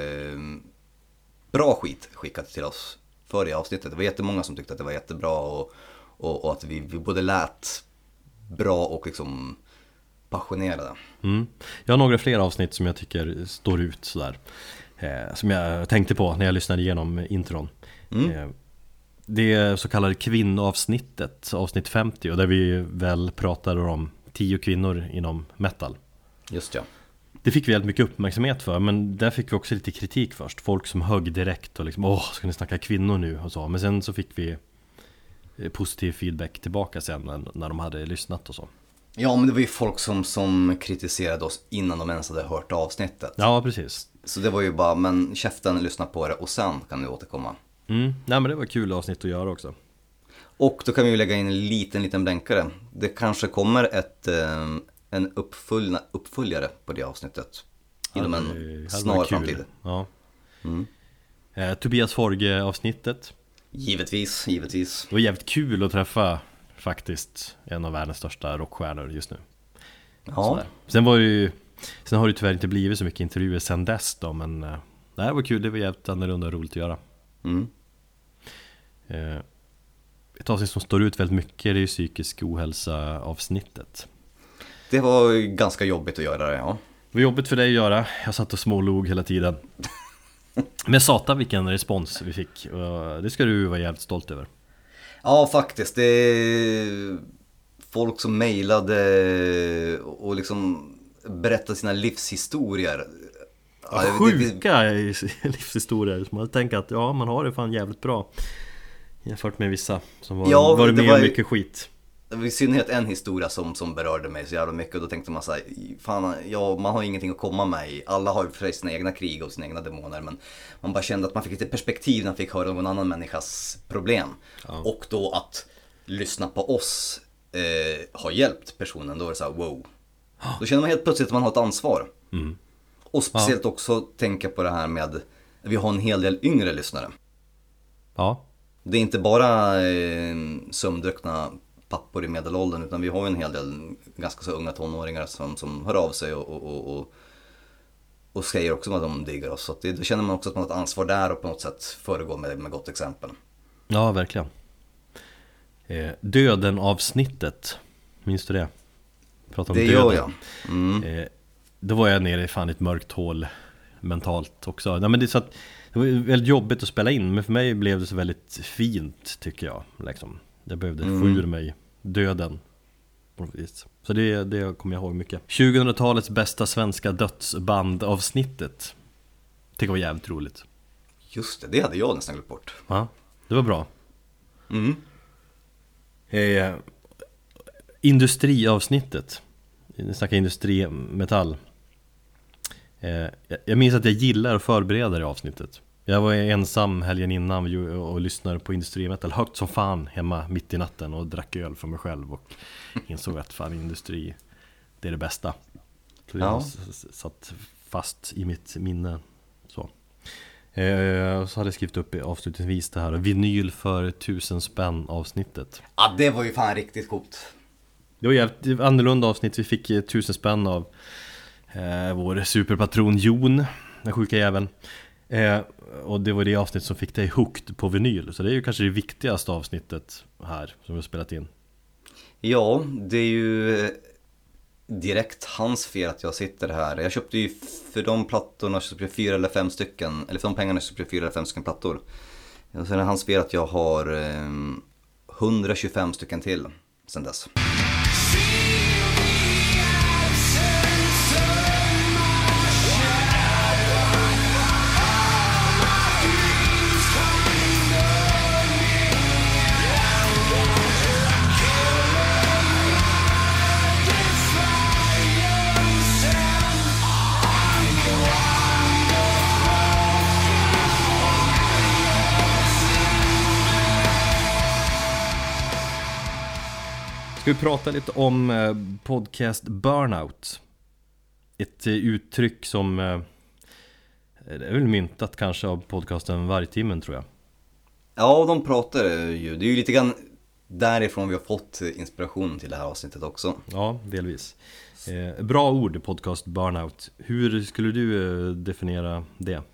bra skit skickat till oss för det avsnittet. Det var jättemånga som tyckte att det var jättebra och att vi både lät bra och liksom passionerade. Jag har några fler avsnitt som jag tycker står ut sådär, som jag tänkte på när jag lyssnade igenom intron. Det så kallade kvinnoavsnittet, avsnitt 50, och där vi väl pratade om 10 kvinnor inom metal. Just ja. Det fick vi väldigt mycket uppmärksamhet för, men där fick vi också lite kritik först. Folk som högg direkt och liksom, ska ni snacka kvinnor nu och så. Men sen så fick vi positiv feedback tillbaka sen när de hade lyssnat och så. Ja, men det var ju folk som kritiserade oss innan de ens hade hört avsnittet. Ja, precis. Så det var ju bara, men käften, lyssna på det och sen kan du återkomma. Nej, men det var kul avsnitt att göra också. Och då kan vi ju lägga in en liten blänkare. Det kanske kommer en uppföljare på det avsnittet inom en snar framtid. Ja. Tobias Forge-avsnittet. Givetvis. Det var jävligt kul att träffa faktiskt en av världens största rockstjärnor just nu. Ja. Sen har det tyvärr inte blivit så mycket intervjuer sen dess då, men det var kul, det var jävligt annorlunda och roligt att göra. Ett avsnitt som står ut väldigt mycket, det är ju psykisk ohälsa avsnittet. Det var ganska jobbigt att göra det, ja. Det var jobbigt för dig att göra, jag satt och smålog hela tiden. Men satan vilken respons vi fick, det ska du vara jävligt stolt över. Ja, faktiskt, det är folk som mejlade och liksom berättade sina livshistorier. Sjuka livshistorier som man tänker att man har det fan jävligt bra jämfört med vissa som var med om mycket skit. Det var i synnerhet en historia som berörde mig så jävla mycket, och då tänkte man så här, fan, man har ingenting att komma med i. Alla har ju för sig sina egna krig och sina egna demoner, men man bara kände att man fick lite perspektiv när man fick höra någon annan människas problem. Och då att lyssna på oss har hjälpt personen, då är det så här, wow. Då känner man helt plötsligt att man har ett ansvar. Och speciellt också tänka på det här med vi har en hel del yngre lyssnare. Ja. Det är inte bara sömndruckna pappor i medelåldern, utan vi har ju en hel del ganska så unga tonåringar som hör av sig och säger också vad de diggar oss. Så att då känner man också att man har ett ansvar där och på något sätt föregår med gott exempel. Ja, verkligen. Döden-avsnittet, minns du det? Prata om det döden. Gör jag. Då var jag nere i fan ett mörkt hål mentalt också. Nej, men det var väldigt jobbigt att spela in, men för mig blev det så väldigt fint, tycker jag. Liksom. Jag behövde få ur mig döden på något vis. Så det kommer jag ihåg mycket. 2000-talets bästa svenska dödsband-avsnittet tycker jag var jävligt roligt. Just det hade jag nästan glömt bort. Ja, det var bra. Industriavsnittet. Vi snackar industrimetall. Jag minns att jag gillar att förbereda det avsnittet. Jag var ensam helgen innan och lyssnade på industrimetall högt som fan hemma mitt i natten och drack öl för mig själv och insåg att fan industri, det är det bästa. Så jag satt fast i mitt minne. Så hade jag skrivit upp avslutningsvis det här vinyl för 1000 spänn avsnittet. Ja, det var ju fan riktigt coolt. Det var jävligt annorlunda avsnitt. Vi fick 1000 spänn av vår superpatron Jon, den sjuka jäveln. Och det var det avsnitt som fick dig hooked på vinyl. Så det är ju kanske det viktigaste avsnittet här som vi har spelat in. Ja, det är ju direkt hans fel att jag sitter här. Jag köpte ju för de plattorna så köpte jag 4 eller 5 stycken, eller för de pengarna så köpte jag 4 eller 5 stycken plattor. Och sen är det hans fel att jag har 125 stycken till sen dess. Ska vi prata lite om podcast burnout? Ett uttryck som det är väl myntat kanske av podcasten Vargtimmen, tror jag. Ja, de pratar ju. Det är ju lite grann därifrån vi har fått inspiration till det här avsnittet också. Ja, delvis. Bra ord, podcast burnout. Hur skulle du definiera det?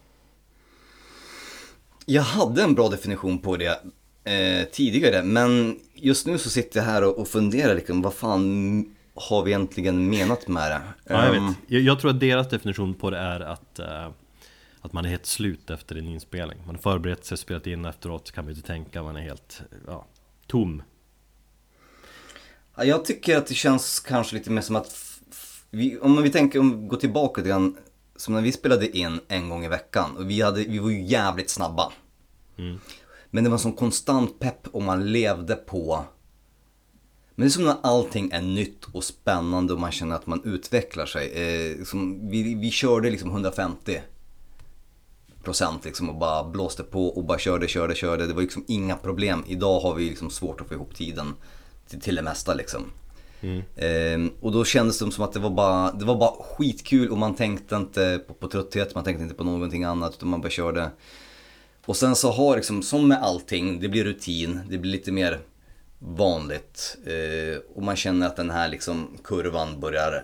Jag hade en bra definition på det tidigare, men just nu så sitter jag här och funderar liksom, vad fan har vi egentligen menat med det? Ja, jag vet. Jag tror att deras definition på det är att man är helt slut efter en inspelning. Man har förberett sig, spelat in efteråt, kan man inte tänka, man är helt tom. Ja, jag tycker att det känns kanske lite mer som att om vi tänker, om vi går tillbaka till den, som när vi spelade in en gång i veckan, och vi var ju jävligt snabba. Men det var som konstant pepp och man levde på. Men det är som när allting är nytt och spännande och man känner att man utvecklar sig. Vi körde liksom 150% liksom och bara blåste på och bara körde. Det var liksom inga problem. Idag har vi liksom svårt att få ihop tiden till det mesta liksom. Och då kändes det som att det var bara skitkul och man tänkte inte på trötthet, man tänkte inte på någonting annat, utan man bara körde. Och sen så har liksom, som med allting, det blir rutin, det blir lite mer vanligt, och man känner att den här liksom kurvan börjar,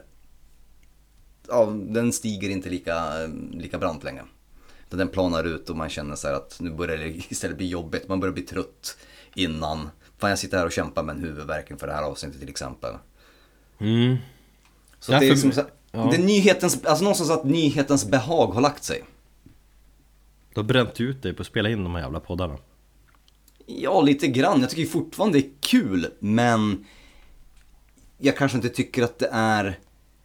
den stiger inte lika brant längre. Den planar ut och man känner så här att nu börjar det istället bli jobbigt, man börjar bli trött innan. Fan, jag sitter här och kämpar med en huvudvärken för det här avsnittet till exempel. Så det är liksom, det är nyhetens, alltså någonstans att nyhetens behag har lagt sig. Du har bränt ut dig på att spela in de här jävla poddarna. Ja, lite grann. Jag tycker fortfarande det är kul, men jag kanske inte tycker att det är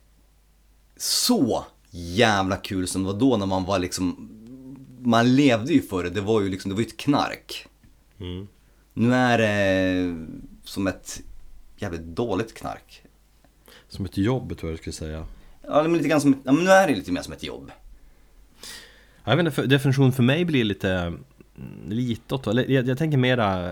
så jävla kul som det var då när man var liksom, man levde ju för det. Det var ju liksom, det var ju ett knark. Nu är det som ett jävligt dåligt knark. Som ett jobb, tror jag skulle säga. Ja, men lite grann som, ja, men nu är det lite mer som ett jobb. Jag vet inte, definition för mig blir lite åt, eller jag tänker mera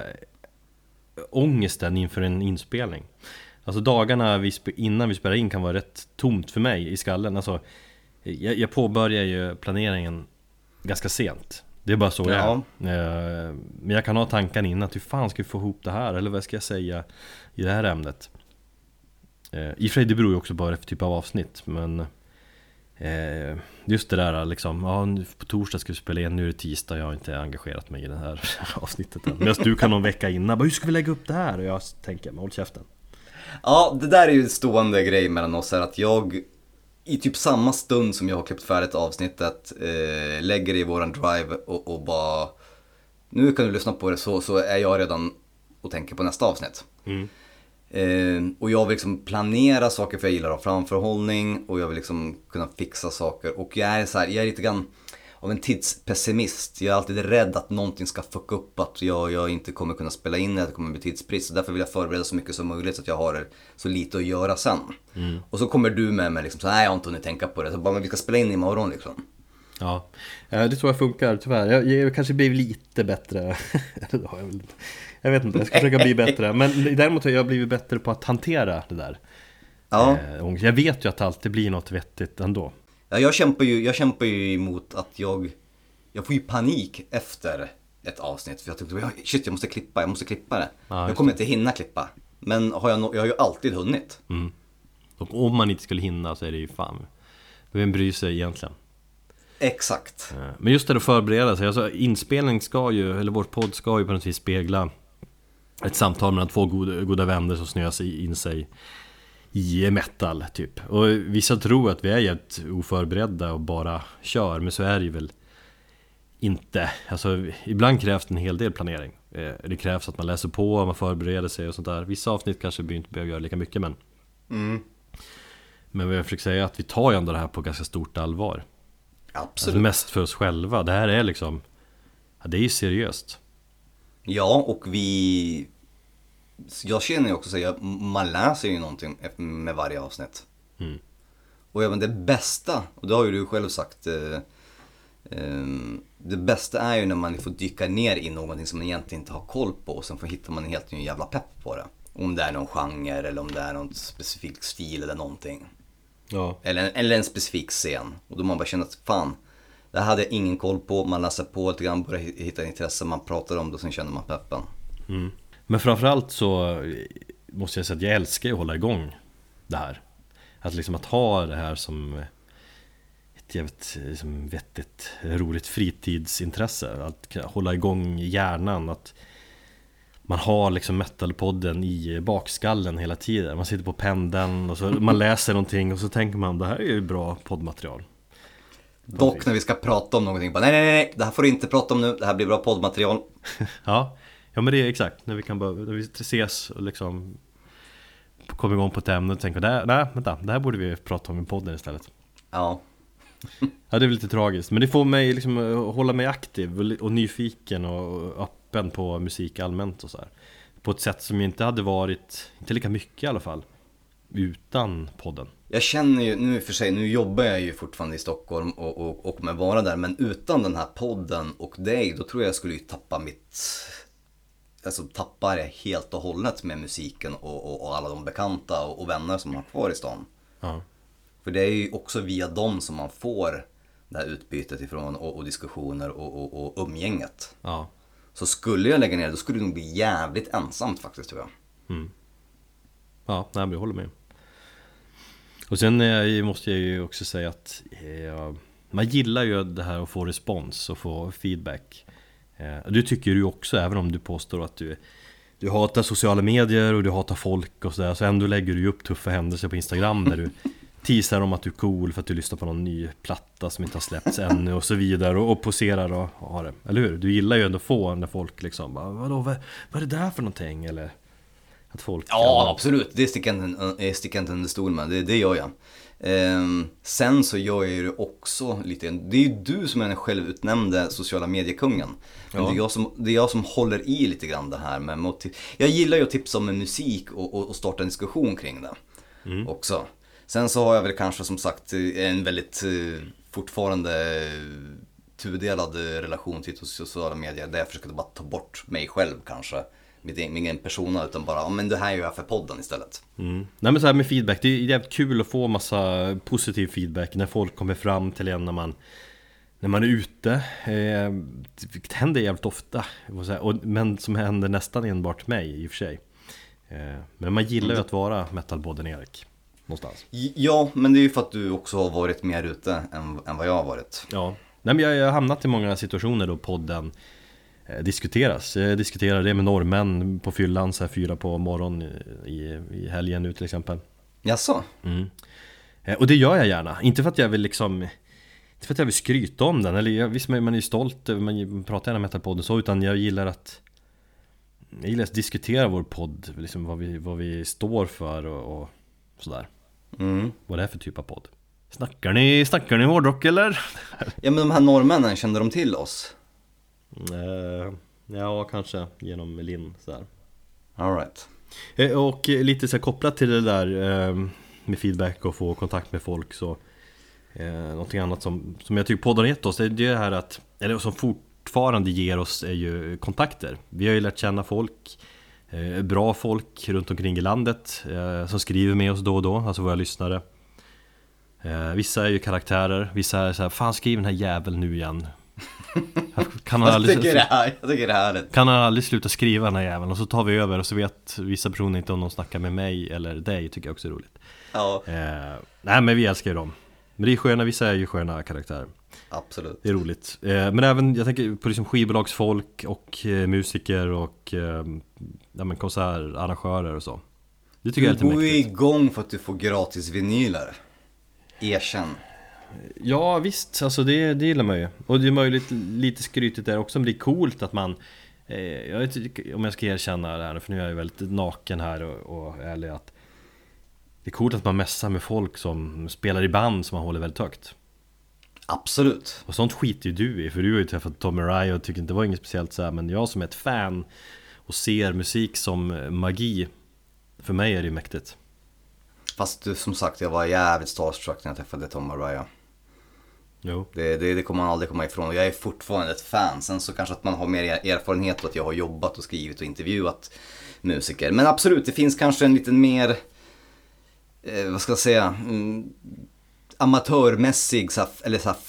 ångesten inför en inspelning. Alltså dagarna innan vi spelar in kan vara rätt tomt för mig i skallen. Alltså, jag påbörjar ju planeringen ganska sent. Det är bara så jag är. Men jag kan ha tanken innan, hur fan ska vi få ihop det här? Eller vad ska jag säga i det här ämnet? I och för sig, det beror ju också på vad typ av avsnitt. Men just det där liksom, på torsdag ska vi spela in, nu är det tisdag, jag har inte engagerat mig i det här avsnittet än. Men du kan någon vecka innan, hur ska vi lägga upp det här? Och jag tänker, håll käften. Ja, det där är ju en stående grej mellan oss här, att jag i typ samma stund som jag har klippt färdigt avsnittet lägger det i våran drive och bara, nu kan du lyssna på det, så är jag redan och tänker på nästa avsnitt. Och jag vill liksom planera saker, för jag gillar att ha framförhållning och jag vill liksom kunna fixa saker. Och jag är så här, jag är lite grann av en tidspessimist. Jag är alltid rädd att någonting ska fucka upp, att jag inte kommer kunna spela in, att det kommer bli tidsbrist. Så därför vill jag förbereda så mycket som möjligt så att jag har så lite att göra sen. Och så kommer du med mig liksom, så nej, jag har inte hunnit tänka på det, så bara, men vi ska spela in imorgon liksom. Ja, det tror jag funkar tyvärr. Jag kanske blir lite bättre. Jag vet inte, jag ska försöka bli bättre. Men däremot har jag blivit bättre på att hantera det där. Ja. Jag vet ju att det alltid blir något vettigt ändå. Ja, jag kämpar ju emot att jag får ju panik efter ett avsnitt. För jag tänkte, shit, jag måste klippa det. Ja, jag kommer inte hinna klippa. Men jag har ju alltid hunnit. Och om man inte skulle hinna så är det ju fan, vem bryr sig egentligen? Exakt. Men just det att förbereda sig, alltså inspelning ska ju, eller vår podd ska ju på något vis spegla ett samtal mellan två goda vänner som snöar in sig i metal typ. Och vissa tror att vi är helt oförberedda och bara kör, men så är det ju väl inte. Alltså ibland krävs det en hel del planering. Det krävs att man läser på, man förbereder sig och sånt där. Vissa avsnitt kanske vi inte behöver göra lika mycket, men vad jag försöker säga är att vi tar ju ändå det här på ganska stort allvar. Absolut. Alltså mest för oss själva. Det här är liksom, det är ju seriöst. Ja, och jag känner ju också så att man läser ju någonting med varje avsnitt. Och även det bästa, och det har ju du själv sagt, det bästa är ju när man får dyka ner i någonting som man egentligen inte har koll på, och sen hittar man en helt ny jävla pepp på det. Om det är någon genre eller om det är någon specifik stil eller någonting. Ja. Eller en specifik scen. Och då man bara känner att fan, det här hade jag ingen koll på. Man läser på lite grann, börjar hitta intresse, man pratar om det och sen känner man peppen. Men framförallt så måste jag säga att jag älskar att hålla igång det här. Att liksom att ha det här som ett jävligt liksom vettigt, roligt fritidsintresse. Att hålla igång hjärnan, att man har liksom metalpodden i bakskallen hela tiden. Man sitter på pendeln och så man läser någonting och så tänker man, det här är ju bra poddmaterial. Dock när vi ska prata om någonting, bara, nej, det här får du inte prata om nu, det här blir bra poddmaterial. Ja, men det är exakt när vi ses och liksom kommer igång på ett ämne och tänker, nej, vänta, det här borde vi prata om i podden istället. Ja. Ja, det är lite tragiskt, men det får mig liksom hålla mig aktiv och nyfiken och öppen på musik allmänt och så här. På ett sätt som inte hade varit, inte lika mycket i alla fall, utan podden. Jag känner ju, nu för sig, nu jobbar jag ju fortfarande i Stockholm och med vara där, men utan den här podden och dig, då tror jag skulle ju tappa tappar det helt och hållet med musiken och alla de bekanta och vänner som man har kvar i stan. Ja. För det är ju också via dem som man får det här utbytet ifrån och diskussioner och umgänget. Ja. Så skulle jag lägga ner, då skulle det nog bli jävligt ensamt faktiskt, tror jag. Ja, nej, men jag håller med. Och sen måste jag ju också säga att man gillar ju det här att få respons och få feedback. Det tycker du också, även om du påstår att du hatar sociala medier och du hatar folk och sådär. Så ändå lägger du ju upp tuffa händelser på Instagram där du teasar om att du är cool för att du lyssnar på någon ny platta som inte har släppts ännu och så vidare och poserar och har det. Eller hur? Du gillar ju ändå få när folk liksom bara, vad är det där för någonting? Eller att folk... Ja, absolut. Det sticker inte under stol med. Det gör jag. Sen så gör jag ju också lite... Det är ju du som är den självutnämnde sociala mediekungen. Men ja. det är jag som håller i lite grann det här med... Jag gillar ju att tipsa om musik och starta en diskussion kring det också. Sen så har jag väl kanske som sagt en väldigt fortfarande tudelad relation till sociala medier. Där jag försöker bara ta bort mig själv kanske. Ingen persona, utan bara, men det här gör jag för podden istället. Nej, men så här med feedback, det är jävligt kul att få massa positiv feedback när folk kommer fram till en när man är ute. Det händer jävligt ofta, men som händer nästan enbart mig i och för sig. Men man gillar ju att vara metalpodden Erik någonstans. Ja, men det är ju för att du också har varit mer ute än vad jag har varit. Ja, nej, men jag har hamnat i många situationer då podden diskuteras. Jag diskuterar det med norrmän på fyllan så här 4 på morgon i helgen nu till exempel. Jaså? Och det gör jag gärna. Inte för att jag vill liksom, inte för att jag vill skryta om den, eller visst man är stolt, man pratar gärna metalpodden så, utan jag gillar att diskutera vår podd, liksom vad vi står för och sådär. Vad det är för typ av podd. Snackar ni hårdrock eller? Ja, men de här norrmännen, kände de till oss? Ja, kanske genom Linn så här. All right. Och lite så här, kopplat till det där med feedback och få kontakt med folk, så någonting annat som jag tycker podden har gett oss, det är det här att, eller som fortfarande ger oss, är ju kontakter. Vi har ju lärt känna folk, bra folk runt omkring i landet som skriver med oss då och då, alltså våra lyssnare. Vissa är ju karaktärer, vissa är så här, fan skriv den här jäveln nu igen. Jag tycker det här. Kan han aldrig sluta skriva den här jäveln, och så tar vi över och så vet vissa personer inte om de snackar med mig eller dig, tycker jag också är roligt. Ja. Nej, men vi älskar ju dem. Men det är sköna, vissa är ju sköna karaktärer. Absolut. Det är roligt. Men även, jag tänker på liksom skivbolagsfolk och musiker och konsertarrangörer och så. Det tycker jag är lite mäktigt. Du går igång för att du får gratis vinyler. Erkänn. Ja visst, alltså det gillar man ju. Och det är möjligt lite skrytigt där också, men det är coolt att man jag vet inte om jag ska erkänna det här, för nu är jag ju väldigt naken här och ärlig, att det är coolt att man mässar med folk som spelar i band som man håller väldigt högt. Absolut. Och sånt skiter ju du i, för du har ju träffat Tom Araya och tycker inte det var inget speciellt så här, men jag som är ett fan och ser musik som magi, för mig är det ju mäktigt. Fast som sagt, jag var jävligt starstruck när jag träffade Tom Araya. Jo. Det kommer man aldrig komma ifrån, och jag är fortfarande ett fan. Sen så kanske att man har mer erfarenhet och att jag har jobbat och skrivit och intervjuat musiker. Men absolut, det finns kanske en liten mer, vad ska jag säga, amatörmässig eller så här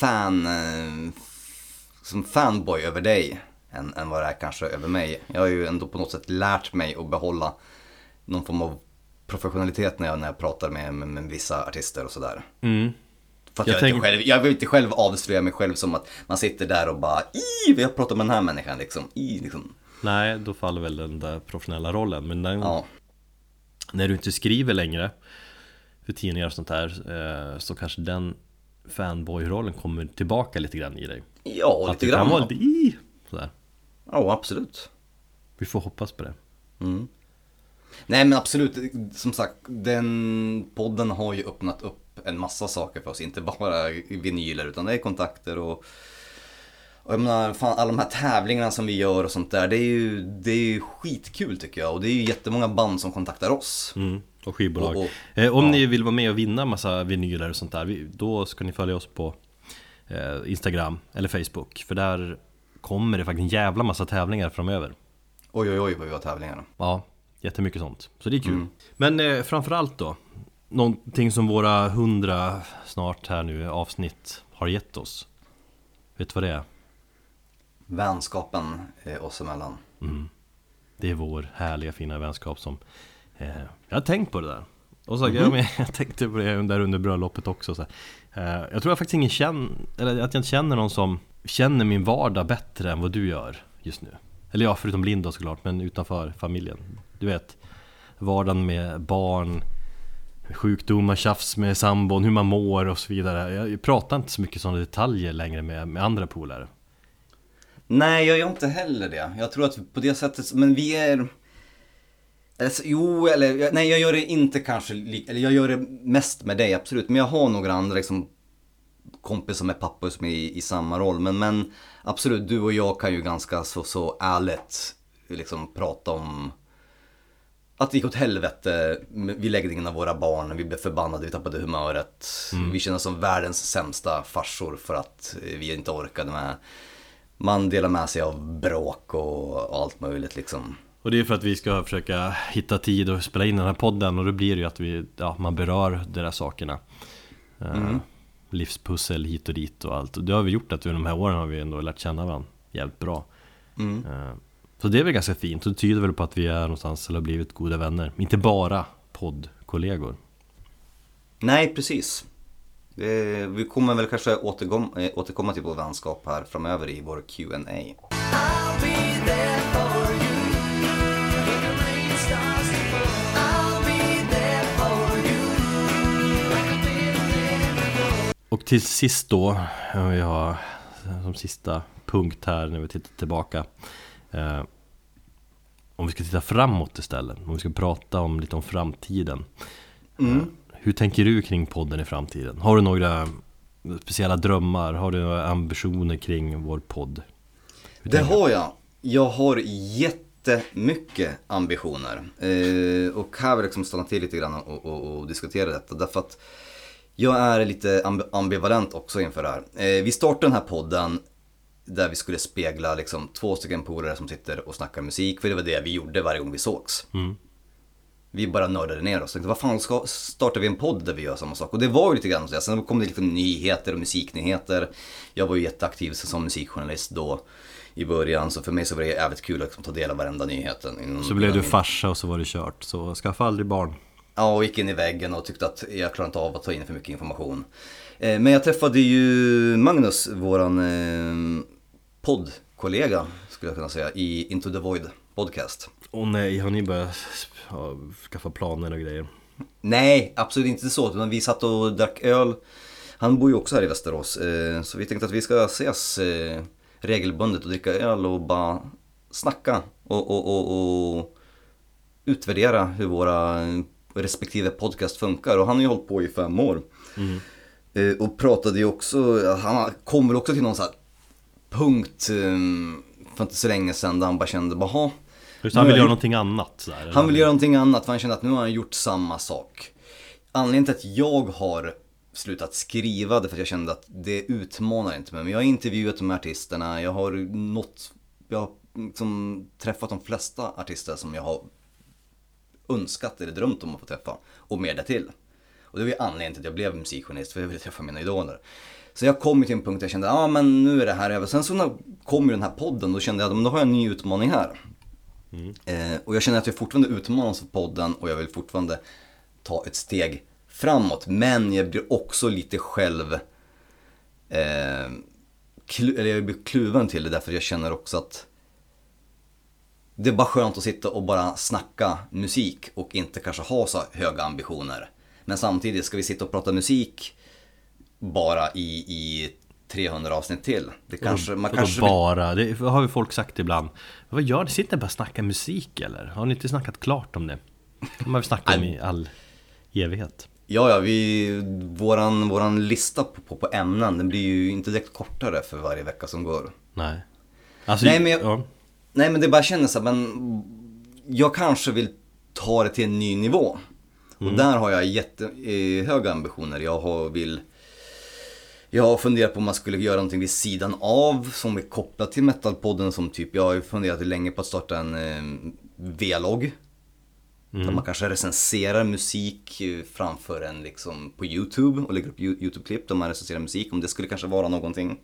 som fanboy över dig än vad det är kanske över mig. Jag har ju ändå på något sätt lärt mig att behålla någon form av professionalitet när jag pratar med vissa artister och sådär. För att jag vill inte själv avslöja mig själv som att man sitter där och bara vi har pratat med den här människan liksom. Nej, då faller väl den där professionella rollen. Men när du inte skriver längre för tidningar och sånt här, så kanske den fanboy-rollen kommer tillbaka lite grann i dig. Ja, att lite du grann. Kan vara lite sådär. Ja, absolut. Vi får hoppas på det. Nej, men absolut, som sagt, den podden har ju öppnat upp en massa saker för oss, inte bara vinyler, utan det är kontakter och jag menar, fan, alla de här tävlingarna som vi gör och sånt där, det är ju skitkul tycker jag, och det är ju jättemånga band som kontaktar oss. Och skivbolag. Om ni vill vara med och vinna massa vinyler och sånt där, då ska ni följa oss på Instagram eller Facebook, för där kommer det faktiskt en jävla massa tävlingar framöver. Oj vad vi har tävlingar. Ja, jättemycket sånt. Så det är kul. Men framförallt då, någonting som våra 100 snart här nu avsnitt har gett oss. Vet du vad det är? Vänskapen oss emellan. Det är vår härliga fina vänskap som jag har tänkt på det där. Och så jag tänkte på det där under bröllopet också så jag tror jag faktiskt att jag inte känner någon som känner min vardag bättre än vad du gör just nu. Eller ja, förutom Linda såklart, men utanför familjen. Du vet, vardagen med barn, sjukdomar, tjafs med sambon, hur man mår och så vidare. Jag pratar inte så mycket sådana detaljer längre med andra polare. Nej, jag gör inte heller det. Jag tror att på det sättet, men vi är... Nej, jag gör det inte kanske, eller jag gör det mest med dig, absolut. Men jag har några andra liksom kompisar med pappa som är i samma roll. Men absolut, du och jag kan ju ganska så ärligt liksom prata om att det gick åt helvete vid läggningen av våra barn. Vi blev förbannade, vi tappade humöret. Vi känner som världens sämsta farsor för att vi inte orkade med. Man delar med sig av bråk och allt möjligt liksom. Och det är för att vi ska försöka hitta tid och spela in den här podden. Och då blir det ju att man berör de där sakerna. Livspussel hit och dit och allt. Och det har vi gjort att under de här åren har vi ändå lärt känna varandra jävligt bra. Så det är väl ganska fint. Och det tyder väl på att vi är någonstans eller har blivit goda vänner. Inte bara poddkollegor. Nej, precis. Vi kommer väl kanske återkomma till vår vänskap här framöver i vår Q&A. Och till sist då, vi har som sista punkt här när vi tittar tillbaka, om vi ska titta framåt istället, om vi ska prata lite om framtiden. Hur tänker du kring podden i framtiden? Har du några speciella drömmar? Har du några ambitioner kring vår podd? Det har jag. Jag har jättemycket ambitioner. Och här vill jag liksom stanna till lite grann och diskutera detta. Därför att jag är lite ambivalent också inför det här. Vi startade den här podden där vi skulle spegla liksom 2 stycken polare som sitter och snackar musik. För det var det vi gjorde varje gång vi sågs. Vi bara nördade ner oss. Vad fan, startar vi en podd där vi gör samma sak? Och det var ju lite grann så. Sen kom det liksom nyheter och musiknyheter. Jag var ju jätteaktiv som musikjournalist då i början. Så för mig så var det jävligt kul att liksom ta del av varenda nyheten. Så blev du farsa och så var det kört. Så skaffa aldrig barn. Ja, och gick in i väggen och tyckte att jag klarade inte av att ta in för mycket information. Men jag träffade ju Magnus, våran poddkollega skulle jag kunna säga, i Into the Void podcast. Nej, har ni börjat skaffa planer och grejer? Nej, absolut inte så. Men vi satt och drack öl. Han bor ju också här i Västerås. Så vi tänkte att vi ska ses regelbundet och dricka öl och bara snacka. Och utvärdera hur våra respektive podcast funkar. Och han har ju hållit på i 5 år. Och pratade ju också, han kom väl också till någon sån här punkt för inte så länge sedan där han bara kände, han vill göra någonting annat så här, han vill göra någonting annat för han kände att nu har han gjort samma sak. Anledningen till att jag har slutat skriva det för att jag kände att det utmanar inte mig. Men jag har intervjuat de här artisterna, jag har liksom träffat de flesta artister som jag har önskat eller drömt om att få träffa, och mer därtill. Och det var ju anledningen till att jag blev musikjournalist, för jag ville träffa mina idoler. Så jag kom till en punkt där jag kände, men nu är det här över. Sen så när kom ju den här podden, då kände jag att då har jag en ny utmaning här. Och jag känner att jag fortfarande utmanas för podden, och jag vill fortfarande ta ett steg framåt. Men jag blir också lite själv jag blir kluven till det, därför jag känner också att det är bara skönt att sitta och bara snacka musik och inte kanske ha så höga ambitioner. Men samtidigt ska vi sitta och prata musik bara i 300 avsnitt till. Det kanske, man kanske bara, det har ju folk sagt ibland. Vad gör ni? Sitter ni bara och snackar musik eller? Har ni inte snackat klart om det? Man vill snacka om i all evighet. Ja, våran lista på ämnen, den blir ju inte direkt kortare för varje vecka som går. Nej. Alltså, nej, men det bara känns så, men jag kanske vill ta det till en ny nivå. Och där har jag jättehöga ambitioner. Jag har funderat på om man skulle göra någonting vid sidan av som är kopplat till Metalpodden, som typ, jag har funderat länge på att starta en vlogg. Där man kanske recenserar musik framför en liksom på YouTube och lägger upp YouTube-klipp där man recenserar musik, om det skulle kanske vara någonting.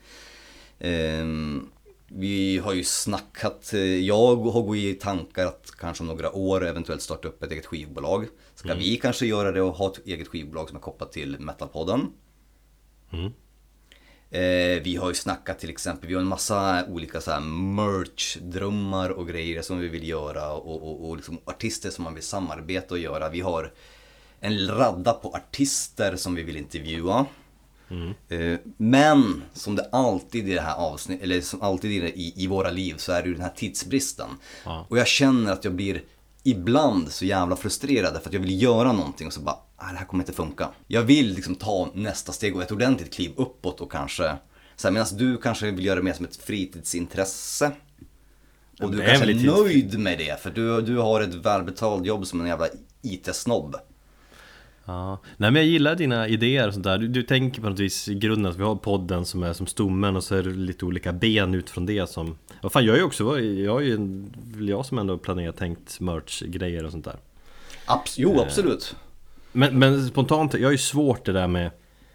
Vi har ju snackat, jag har gått i tankar att kanske om några år eventuellt starta upp ett eget skivbolag. Ska vi kanske göra det och ha ett eget skivbolag som är kopplat till Metalpodden? Vi har ju snackat till exempel, vi har en massa olika så här merch-drömmar och grejer som vi vill göra, och liksom artister som man vill samarbeta och göra. Vi har en radda på artister som vi vill intervjua. Men som det alltid i det här avsnitt, eller som alltid i våra liv, så är det ju den här tidsbristen. Och jag känner att jag blir ibland så jävla frustrerad för att jag vill göra någonting och så bara, det här kommer inte funka. Jag vill liksom ta nästa steg och ett ordentligt kliv uppåt, och kanske så här, medan du kanske vill göra det mer som ett fritidsintresse. Och du kanske är nöjd med det, för du har ett välbetalt jobb som en jävla IT-snobb. Ja. Nej, men jag gillar dina idéer och sånt där. Du tänker på något vis i grunden att vi har podden som är som stommen, och så är det lite olika ben ut från det som... Vad fan, jag är ju också, jag som ändå planerat tänkt merch-grejer och sånt där. Absolut. Men spontant, jag är ju svårt det där med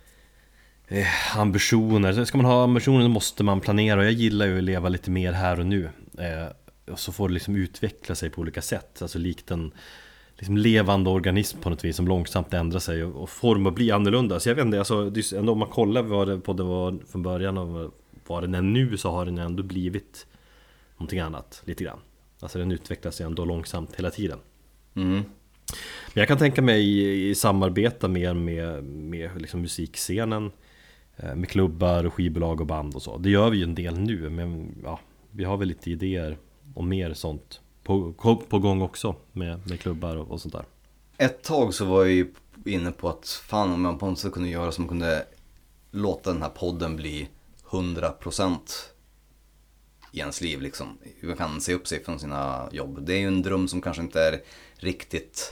ambitioner. Ska man ha ambitioner så måste man planera, och jag gillar ju att leva lite mer här och nu. Och så får det liksom utveckla sig på olika sätt. Alltså likt en liksom levande organism på något vis som långsamt ändrar sig och form och blir annorlunda. Så jag vet inte, alltså, ändå om man kollar vad podden var från början och vad den är nu, så har den ändå blivit någonting annat lite grann. Alltså den utvecklar sig ändå långsamt hela tiden. Men jag kan tänka mig i samarbeta mer med liksom musikscenen, med klubbar och skivbolag och band och så. Det gör vi ju en del nu, men ja, vi har väl lite idéer om mer sånt på gång också med klubbar och sånt där. Ett tag så var jag ju inne på att fan, om man på något sätt kunde göra som kunde låta den här podden bli 100% i ens liv liksom. Man kan se upp sig från sina jobb. Det är ju en dröm som kanske inte är riktigt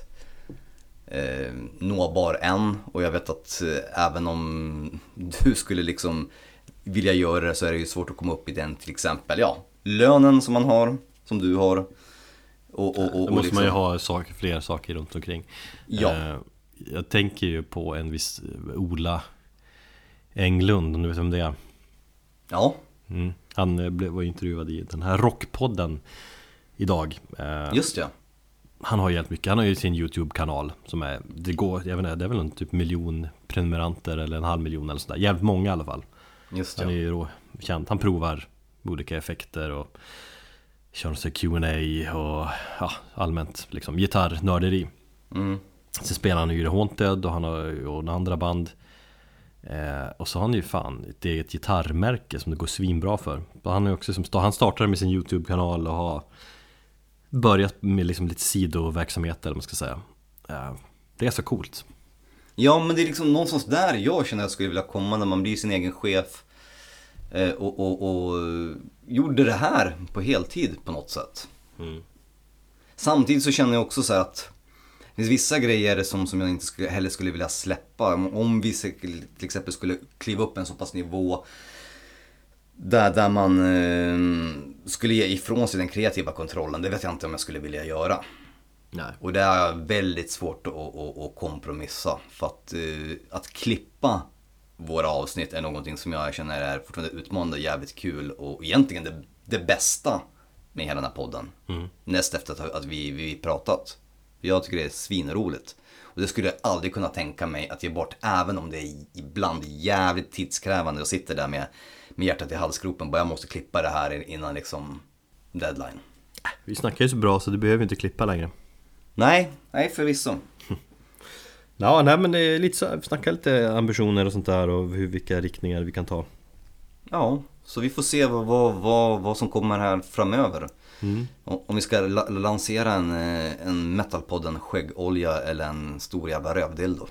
nåbar än, och jag vet att även om du skulle liksom vilja göra det, så är det ju svårt att komma upp i den, till exempel lönen som man har, som du har, och då måste liksom... man ju ha fler saker runt omkring. Jag tänker ju på en viss Ola Englund, om du vet vem det är. Ja. Han var intervjuad i den här rockpodden idag. Just det. Han har hjälpt mycket. Han har ju sin YouTube-kanal som är, jag vet inte, det är väl en typ 1 miljon prenumeranter eller 500 000 eller sådär. Jävligt många i alla fall. Just det. Han är ju känd. Han provar olika effekter och kör någon Q&A och allmänt liksom gitarrnörderi. Så spelar han ju The Haunted, och han har ju en andra band. Och så har han ju fan ett eget gitarrmärke som det går svinbra för. Han är också han startade med sin YouTube-kanal och har börjat med liksom lite sidoverksamheter, man ska säga. Det är så coolt. Ja, men det är liksom någonstans där jag känner att jag skulle vilja komma, när man blir sin egen chef och gjorde det här på heltid på något sätt. Samtidigt så känner jag också så här att finns vissa grejer som jag inte heller skulle vilja släppa. Om vi till exempel skulle kliva upp en så pass nivå där man skulle ge ifrån sig den kreativa kontrollen. Det vet jag inte om jag skulle vilja göra. Nej. Och det är väldigt svårt att kompromissa. För att klippa våra avsnitt är någonting som jag känner är fortfarande utmanande, jävligt kul. Och egentligen det bästa med hela den här podden. Näst efter att vi pratat. Jag tycker det är svinroligt. Och det skulle jag aldrig kunna tänka mig att ge bort. Även om det är ibland jävligt tidskrävande och sitter där med hjärtat i halsgropen. Bara jag måste klippa det här innan liksom deadline. Vi snackar ju så bra så du behöver inte klippa längre. Nej förvisso. Ja, nej, men det är lite så, snacka lite ambitioner och sånt där och vilka riktningar vi kan ta. Ja, så vi får se vad som kommer här framöver. Om vi ska lansera en metalpodden skäggolja eller en stor jävla rövdildo.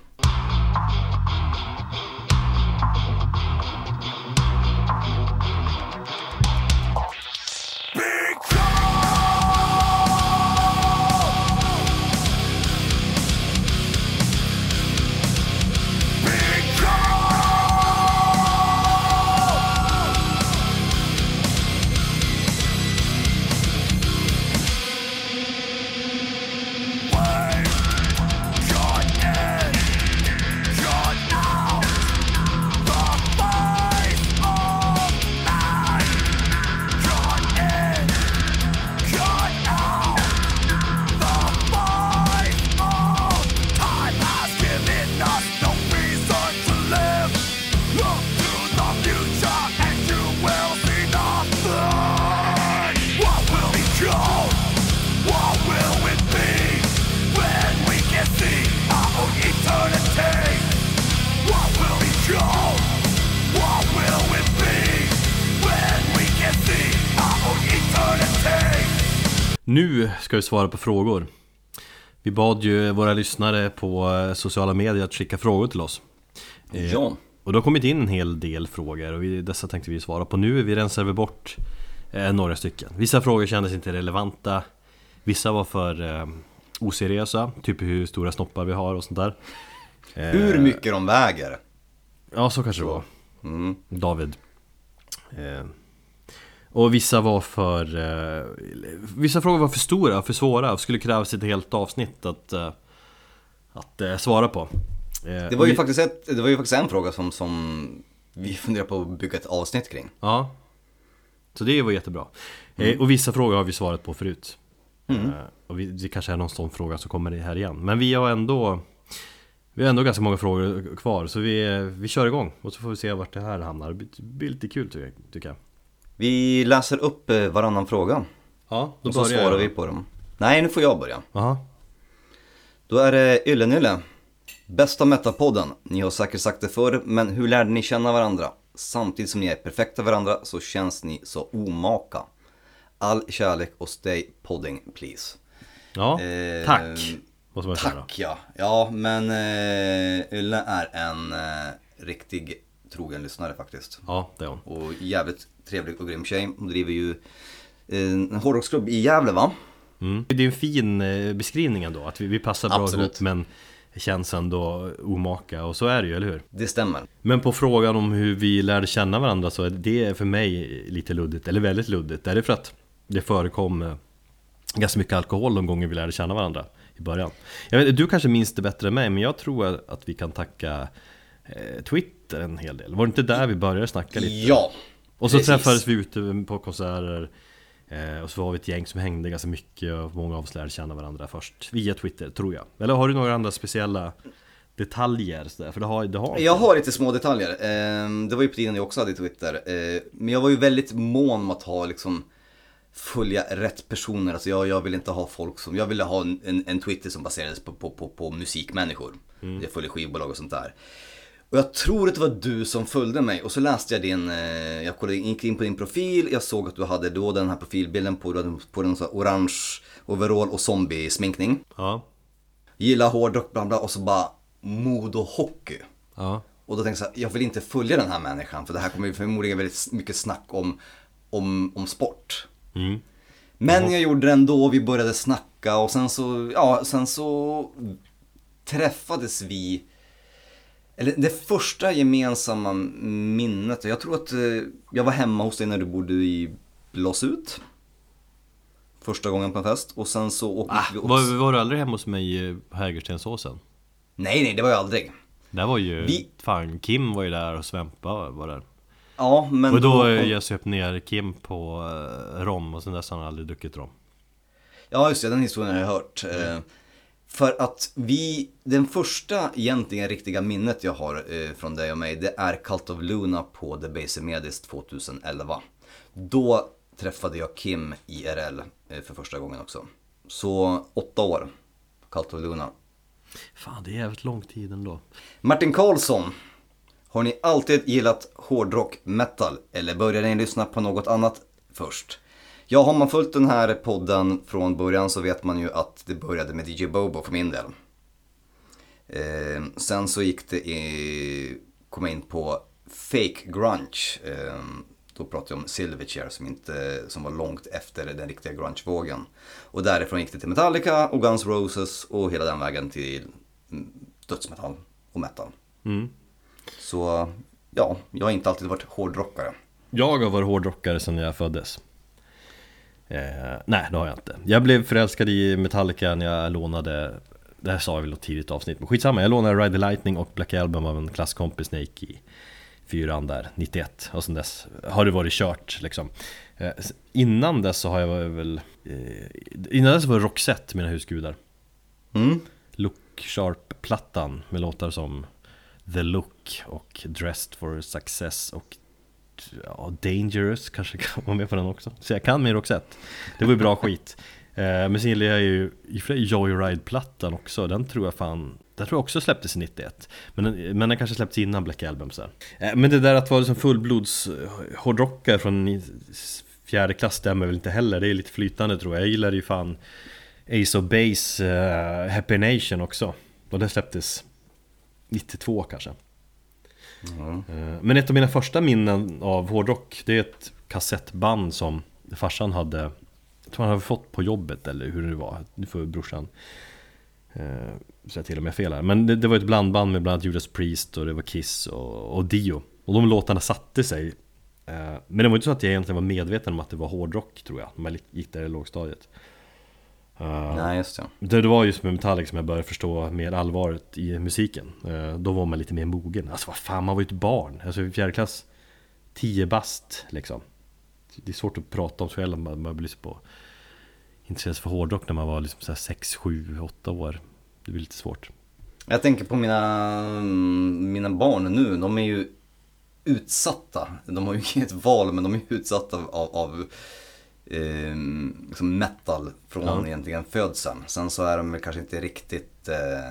Nu ska vi svara på frågor. Vi bad ju våra lyssnare på sociala medier att skicka frågor till oss. Ja. Och då har kommit in en hel del frågor och dessa tänkte vi svara på nu. Vi rensar bort några stycken. Vissa frågor kändes inte relevanta. Vissa var för oseriösa. Typ hur stora snoppar vi har och sånt där. Hur mycket de väger? Ja, så kanske det var. David. Och vissa var vissa frågor var för stora, för svåra och skulle krävas ett helt avsnitt att svara på. Det var ju faktiskt en fråga som vi funderar på att bygga ett avsnitt kring. Ja. Så det var jättebra. Och vissa frågor har vi svarat på förut. Och det kanske är någon sån fråga som kommer här igen. Men vi har ändå ganska många frågor kvar. Så vi kör igång och så får vi se vart det här hamnar. Det blir lite kul tycker jag. Vi läser upp varannan fråga. Ja, då och så svarar vi på dem. Nej, nu får jag börja. Aha. Då är det Yllenylle. Bästa metalpodden. Ni har säkert sagt det förr, men hur lärde ni känna varandra? Samtidigt som ni är perfekta varandra så känns ni så omaka. All kärlek och stay podding please. Ja, tack. Tack ja. Ja, men Ylle är en riktig trogen lyssnare faktiskt. Ja, det är hon. Och jävligt trevlig och grym tjej. Hon driver ju en hårdrocksklubb i Gävle, va? Det är en fin beskrivning ändå. Att vi passar bra Absolut. ihop, men känns ändå omaka. Och så är det ju, eller hur? Det stämmer. Men på frågan om hur vi lärde känna varandra så är det för mig lite luddigt. Eller väldigt luddigt. Det är för att det förekom ganska mycket alkohol de gånger vi lärde känna varandra i början. Jag vet, du kanske minns det bättre än mig, men jag tror att vi kan tacka Twitter en hel del. Var det inte där vi började snacka lite? Ja. Och så precis. träffades vi ute på konserter. Och så var vi ett gäng som hängde ganska mycket. Och många av oss lärde känna varandra först via Twitter, tror jag. Eller har du några andra speciella detaljer så där? För det har jag har lite små detaljer. Det var ju på tiden jag också hade Twitter. Men jag var ju väldigt mån om att ha liksom följa rätt personer. Alltså jag ville inte ha folk som... Jag ville ha en Twitter som baserades på musikmänniskor. Jag följer skivbolag och sånt där. Och jag tror att det var du som följde mig. Och så läste jag jag gick in på din profil. Jag såg att du hade då den här profilbilden på den så här orange overall och zombie-sminkning. Ja. Gilla hårdrock, bla bla. Och så bara modo-hockey. Ja. Och då tänkte jag så här, jag vill inte följa den här människan. För det här kommer ju förmodligen väldigt mycket snack om sport. Men jag gjorde det ändå och vi började snacka snacka och sen så träffades vi. Eller det första gemensamma minnet, jag tror att jag var hemma hos dig när du bodde i Blåsut. Första gången på en fest. Och sen så åkte vi också. Var du aldrig hemma hos mig i Hägerstensåsen? Nej, det var jag aldrig. Där var ju, fan, Kim var ju där och Svempa var där. Ja, men och då jag söp ner Kim på rom och sen dess har han aldrig druckit rom. Ja, just det, den historien har jag hört. För att den första egentligen riktiga minnet jag har från dig och mig, det är Cult of Luna på The Base Medis 2011. Då träffade jag Kim IRL för första gången också. Så 8 år på Cult of Luna. Fan, det är jävligt lång tid ändå. Martin Karlsson, har ni alltid gillat hårdrock metal eller började ni lyssna på något annat först? Ja, har man följt den här podden från början så vet man ju att det började med DJ Bobo för min del. Sen så kom jag in på fake grunge. Då pratade jag om Silverchair som var långt efter den riktiga grunge-vågen. Och därifrån gick det till Metallica och Guns N' Roses och hela den vägen till dödsmetall och metal. Så ja, jag har inte alltid varit hårdrockare. Jag har varit hårdrockare sedan jag föddes. Nej, det har jag inte. Jag blev förälskad i Metallica när jag lånade, det här sa jag väl något tidigt avsnitt, men skitsamma, jag lånade Ride the Lightning och Black Album av en klasskompis när jag gick i 4:an där, 91. Och sen dess har det varit kört liksom. Innan dess så har jag väl innan dess var Roxette mina husgudar. Look Sharp-plattan med låtar som The Look och Dressed for Success och Dangerous kanske kan vara med på den också. Så jag kan min Roxette. Det var ju bra skit. Men sen gillar jag ju Joyride-plattan också. Den tror jag också släpptes i 91. Men den kanske släpptes innan Black Album så här. Men det där att vara liksom fullblods hårdrockare från 4:e klass stämmer väl inte heller. Det är lite flytande tror jag. Jag gillar ju fan Ace of Base, Happy Nation också. Och det släpptes 92 kanske. Men ett av mina första minnen av hårdrock, det är ett kassettband som farsan hade, jag tror han hade fått på jobbet eller hur det var. Nu får brorsan säga till om jag fel här. Men det var ett blandband med bland annat Judas Priest och det var Kiss och Dio. Och de låtarna satte sig. Men det var inte så att jag egentligen var medveten om att det var hårdrock tror jag, när man gick där i lågstadiet. Nej, just det. Det var just med Metallica som jag började förstå mer allvaret i musiken. Då var man lite mer mogen. Alltså vad fan, man var ju ett barn. Alltså i 4:e klass 10 bast liksom. Det är svårt att prata om själv. Man blir så på intresserad för hårdrock när man var liksom så här 6, 7, 8 år. Det blir lite svårt. Jag tänker på mina barn nu. De är ju utsatta. De har ju inget val, men de är utsatta av liksom metal från egentligen födseln. Sen så är de väl kanske inte riktigt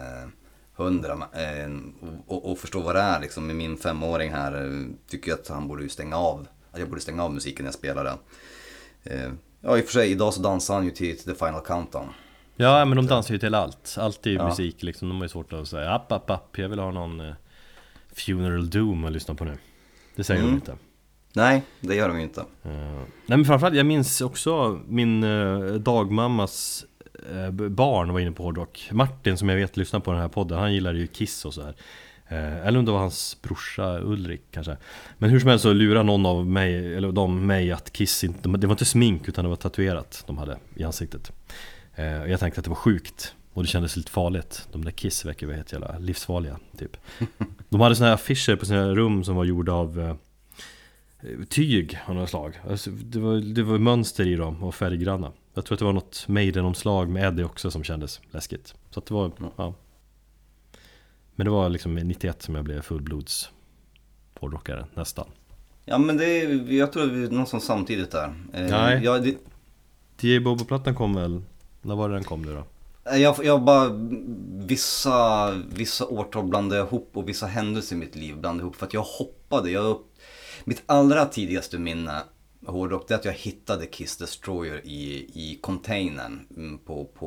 100 och förstå vad det är liksom. Min 5-åring här tycker att han borde ju stänga av. Att jag borde stänga av musiken när jag spelar den. Ja, i och för sig, idag så dansar han ju till The Final Countdown. Ja, men de dansar ju till allt. Allt är ju musik liksom. De är svårt att säga app, jag vill ha någon Funeral Doom att lyssna på nu. Det säger de inte. Nej, det gör de ju inte. Nej, men framförallt, jag minns också min dagmammas barn var inne på hårdrock. Martin, som jag vet lyssnar på den här podden, han gillade ju Kiss och så här. Eller om det var hans brorsa Ulrik kanske. Men hur som helst så lurade någon av mig, eller de mig, att Kiss inte, det var inte smink utan det var tatuerat de hade i ansiktet. Jag tänkte att det var sjukt och det kändes lite farligt. De där Kiss verkar vara helt jävla livsfarliga typ. De hade såna här affischer på sina rum som var gjorda av tyg av något slag. Alltså, det var mönster i dem och färggranna. Jag tror att det var något Maiden-omslag med Eddie också som kändes läskigt. Så att det var, ja. Men det var liksom 91 som jag blev fullblods hårdrockare, nästan. Ja, men jag tror att vi är någonstans samtidigt där. Nej, DJ Bobo-plattan kom väl, när var det den kom nu då? Jag bara, vissa årtal blandade jag ihop och vissa händelser i mitt liv blandade ihop. För att jag hoppade, mitt allra tidigaste minne hårdrock, det är att jag hittade Kiss Destroyer i containern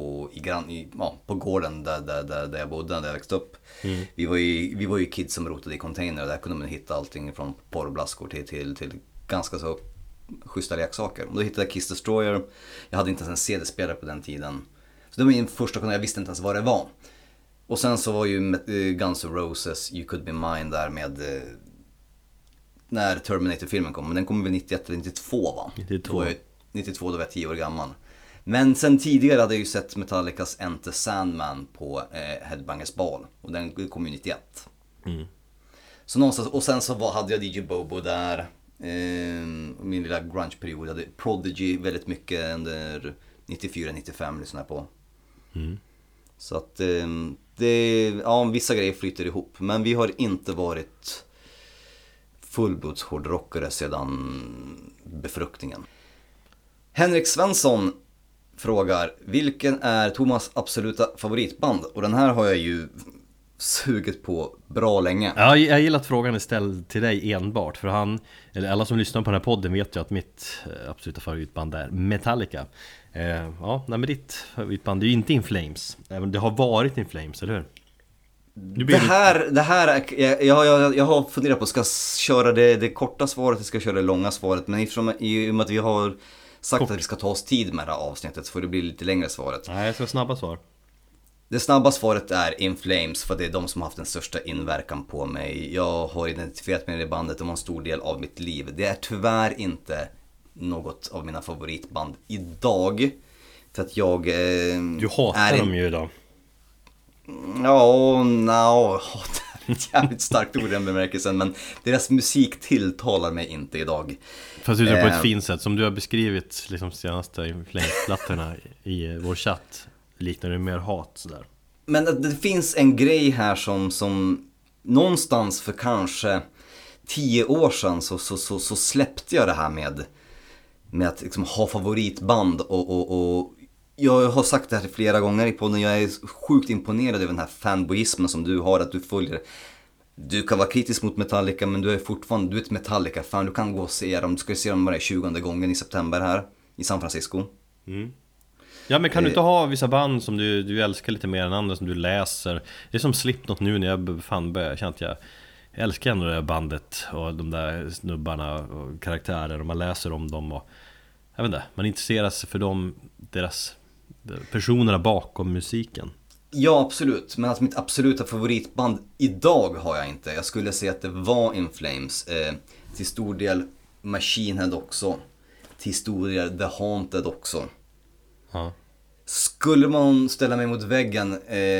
på gården där jag bodde, där jag växte upp. Vi var ju kids som rotade i container, där kunde man hitta allting från porrblaskor till ganska så schyssta leksaker. Och då hittade jag Kiss Destroyer. Jag hade inte ens en CD-spelare på den tiden. Så det var min första konsert, jag visste inte ens vad det var. Och sen så var ju Guns N' Roses You Could Be Mine där med när Terminator-filmen kom. Men den kom väl 91 eller 92 va? 92, då var jag 10 år gammal. Men sen tidigare hade jag ju sett Metallicas Enter Sandman på Headbangers Ball. Och den kom ju 91. Så någonstans, och sen så hade jag DJ Bobo där. Min lilla grunge-period. Jag hade Prodigy väldigt mycket under 94-95 lyssnade jag på. Så att vissa grejer flyter ihop. Men vi har inte varit fullblods hårdrockare sedan befruktningen. Henrik Svensson frågar: vilken är Thomas absoluta favoritband? Och den här har jag ju sugit på bra länge. Ja, jag gillar att frågan är ställd till dig enbart. För alla som lyssnar på den här podden vet ju att mitt absoluta favoritband är Metallica. Men ditt favoritband är ju inte In Flames. Även det har varit In Flames, eller hur? Jag har funderat på, ska jag köra det korta svaret, ska jag köra det långa svaret. Men i och med att vi har sagt att vi ska ta oss tid med det här avsnittet, så får det bli lite längre svaret. Nej, jag ska snabba svar. Det snabba svaret är In Flames, för det är de som har haft den största inverkan på mig. Jag har identifierat mig i det bandet, de har en stor del av mitt liv. Det är tyvärr inte något av mina favoritband idag. För att jag du hatar dem ju idag. Hat är ett jävligt starkt ord i den bemärkelsen. Men deras musik tilltalar mig inte idag. Fast du är på ett fint sätt. Som du har beskrivit liksom senaste In Flames-plattorna i vår chatt, liknar det mer hat sådär. Men det finns en grej här som någonstans för kanske 10 år sedan så släppte jag det här med att liksom ha favoritband och jag har sagt det här flera gånger i podden. Jag är sjukt imponerad över den här fanboyismen som du har, att du följer. Du kan vara kritisk mot Metallica, men du är fortfarande ett Metallica-fan. Du kan gå och se dem. Du ska se dem bara 20:e gången i september här i San Francisco. Ja, men kan du inte ha vissa band som du älskar lite mer än andra, som du läser? Det är som Slipknot nu, när jag började känna att jag älskar ändå det här bandet och de där snubbarna och karaktärer, och man läser om dem och jag vet inte, man intresserar sig för dem, deras personerna bakom musiken. Ja, absolut. Men att mitt absoluta favoritband idag har jag inte. Jag skulle säga att det var In Flames. Till stor del Machine Head också. Till stor del The Haunted också. Ja. Skulle man ställa mig mot väggen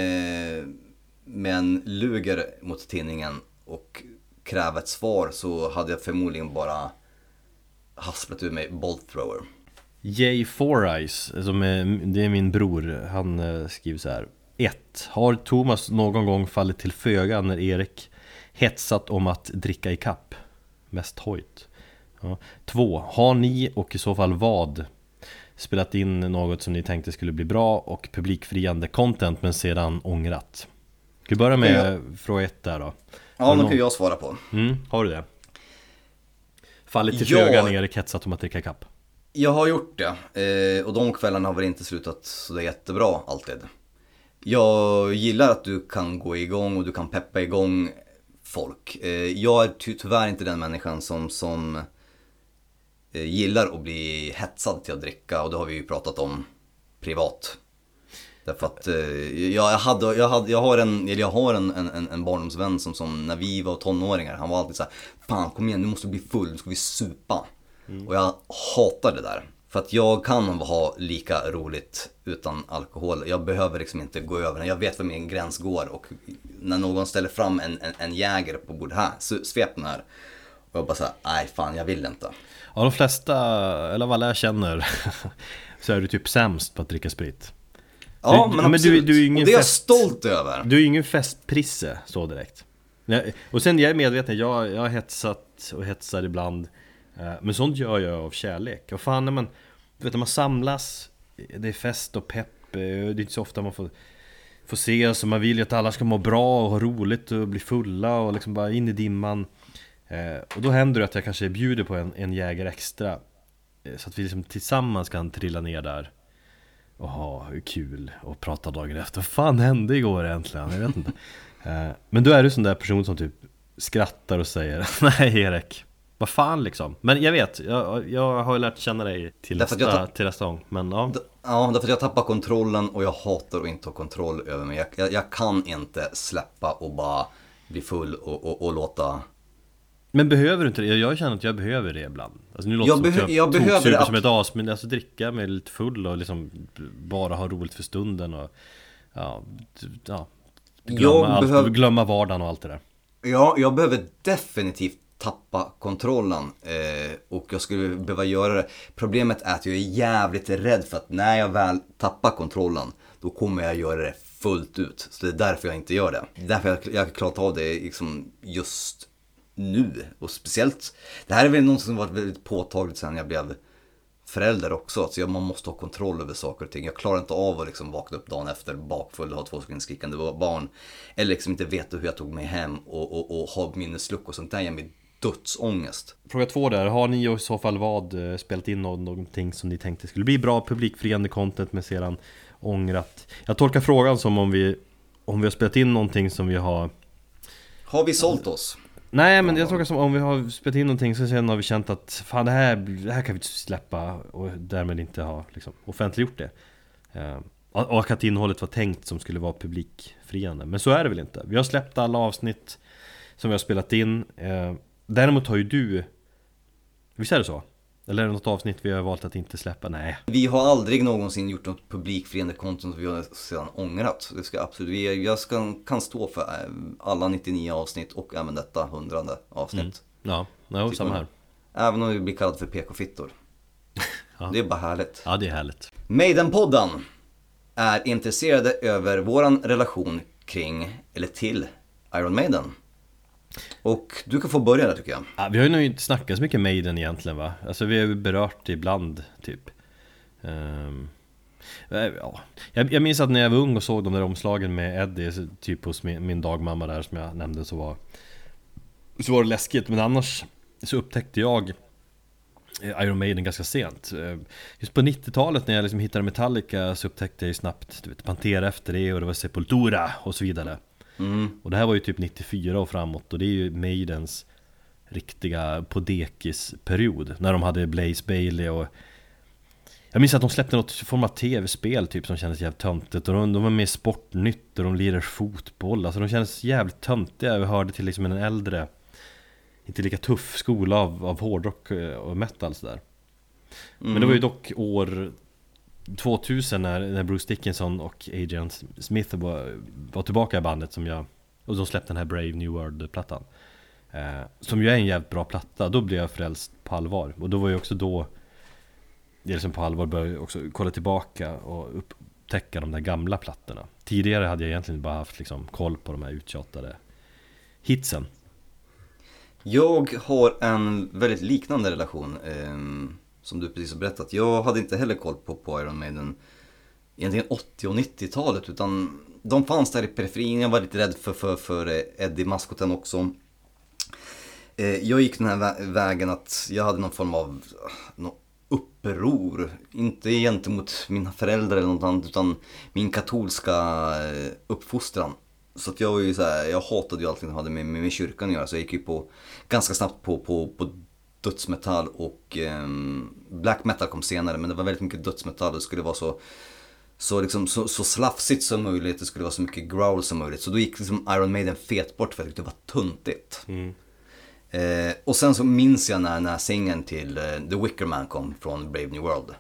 med en luger mot tinningen och kräva ett svar, så hade jag förmodligen bara hasplat ur mig Bolt Thrower. Jay Four Eyes, det är min bror, han skriver så här: 1. Har Thomas någon gång fallit till föga när Erik hetsat om att dricka i kapp? Mest hojt. 2. Har ni, och i så fall vad, spelat in något som ni tänkte skulle bli bra och publikfriande content men sedan ångrat? Ska vi börja med fråga 1 där då? Ja, men kan jag svara på. Har du det? Fallit till föga när Erik hetsat om att dricka i kapp? Jag har gjort det, och de kvällarna har väl inte slutat så det är jättebra alltid. Jag gillar att du kan gå igång och du kan peppa igång folk. Jag är tyvärr inte den människan som gillar att bli hetsad till att dricka, och det har vi ju pratat om privat. Därför att jag har en barndomsvän som när vi var tonåringar, han var alltid så här: fan kom igen, nu måste du bli full, nu ska vi supa. Och jag hatar det där. För att jag kan ha lika roligt utan alkohol. Jag behöver liksom inte gå över. Jag vet var min gräns går. Och när någon ställer fram en jäger på bord här, svep den här. Och jag bara såhär, nej fan jag vill inte. Ja, de flesta, eller vad jag känner, så är du typ sämst på att dricka sprit. Ja, men absolut. Du är ingen, och det är jag stolt över. Du är ingen festprisse så direkt. Och sen jag är medveten, jag har hetsat och hetsar ibland. Men sånt gör jag av kärlek. Och fan, när man samlas, det är fest och pepp. Det är inte så ofta man får se, så man vill ju att alla ska må bra och ha roligt och bli fulla och liksom bara in i dimman. Och då händer det att jag kanske bjuder på en jäger extra, så att vi liksom tillsammans kan trilla ner där och ha kul och prata dagen efter. Vad fan hände igår egentligen? Jag vet inte. Men då är du sån där person som typ skrattar och säger: nej Erik, Vad fan liksom. Men jag vet, jag har ju lärt känna dig till nästa gång. Men ja. Ja, därför att jag tappar kontrollen och jag hatar att inte ha kontroll över mig. Jag kan inte släppa och bara bli full och låta... Men behöver du inte det? Jag känner att jag behöver det ibland. Alltså nu låter jag behöver det som ett as, men alltså dricka mig lite full och liksom bara ha roligt för stunden och glömma vardagen och allt det där. Ja, jag behöver definitivt tappa kontrollen och jag skulle behöva göra det. Problemet är att jag är jävligt rädd för att när jag väl tappar kontrollen, då kommer jag göra det fullt ut. Så det är därför jag inte gör det. Därför jag har klarat av det liksom just nu. Och speciellt, det här är väl något som varit väldigt påtagligt sen jag blev förälder också. Så man måste ha kontroll över saker och ting. Jag klarar inte av att liksom vakna upp dagen efter bakfull och ha 2 skrikande barn. Eller liksom inte veta hur jag tog mig hem och ha minnesluck och sånt där. Jag med dödsångest. Fråga 2 där, har ni i så fall spelat in någonting som ni tänkte skulle bli bra publikfriande content med sedan ångrat? Jag tolkar frågan som om vi har spelat in någonting som vi har... Har vi sålt oss? Nej, men jag tolkar som om vi har spelat in någonting så sen har vi känt att fan det här kan vi inte släppa och därmed inte ha liksom offentliggjort det. Och att innehållet var tänkt som skulle vara publikfriande. Men så är det väl inte. Vi har släppt alla avsnitt som vi har spelat in. Däremot har ju du... Visst är det så? Eller är det något avsnitt vi har valt att inte släppa? Nej. Vi har aldrig någonsin gjort något publikfriande content som vi har sedan ångrat. Det ska absolut... Jag kan stå för alla 99 avsnitt och även detta 100:e avsnitt. Ja, samma här. Även om vi blir kallade för PK-fittor. Ja. Det är bara härligt. Ja, det är härligt. Maiden-podden är intresserade över våran relation kring, eller till, Iron Maiden. Och du kan få börja där tycker jag. Ja, vi har ju nog inte snackat så mycket Maiden egentligen va? Alltså vi har ju berört det ibland typ. Ja. Jag minns att när jag var ung och såg de där omslagen med Eddie typ hos min dagmamma där som jag nämnde så var det läskigt. Men annars så upptäckte jag Iron Maiden ganska sent. Just på 90-talet när jag liksom hittade Metallica så upptäckte jag ju snabbt Pantera efter det och det var Sepultura och så vidare. Och det här var ju typ 94 och framåt och det är ju Maidens riktiga podekis-period när de hade Blaze Bayley och jag minns att de släppte något form av tv-spel typ som kändes jävligt töntigt och de var med i Sportnytt och de lirade fotboll, alltså de kändes jävligt töntiga. Jag hörde till liksom en äldre, inte lika tuff skola av hårdrock och metal sådär. Men det var ju dock år 2000 när Bruce Dickinson och Adrian Smith var tillbaka i bandet och de släppte den här Brave New World-plattan som ju är en jävligt bra platta. Då blev jag frälst på allvar och då var ju också då det liksom på allvar började också kolla tillbaka och upptäcka de där gamla plattorna. Tidigare hade jag egentligen bara haft liksom koll på de här uttjatade hitsen. Jag har en väldigt liknande relation som du precis har berättat. Jag hade inte heller koll på Iron Maiden egentligen 80- och 90-talet utan de fanns där i periferin. Jag var lite rädd för Eddie, maskoten också. Jag gick den här vägen att jag hade någon form av uppror. Inte gentemot mina föräldrar eller något annat utan min katolska uppfostran. Så att jag var ju så här, jag hatade ju allting som hade med kyrkan att göra. Så jag gick ju ganska snabbt på dödsmetall och black metal kom senare. Men det var väldigt mycket dödsmetall. Det skulle vara så slafsigt som möjligt. Det skulle vara så mycket growl som möjligt. Så då gick liksom Iron Maiden fet bort för att det var tuntigt. Och sen så minns jag när singeln till The Wicker Man kom från Brave New World.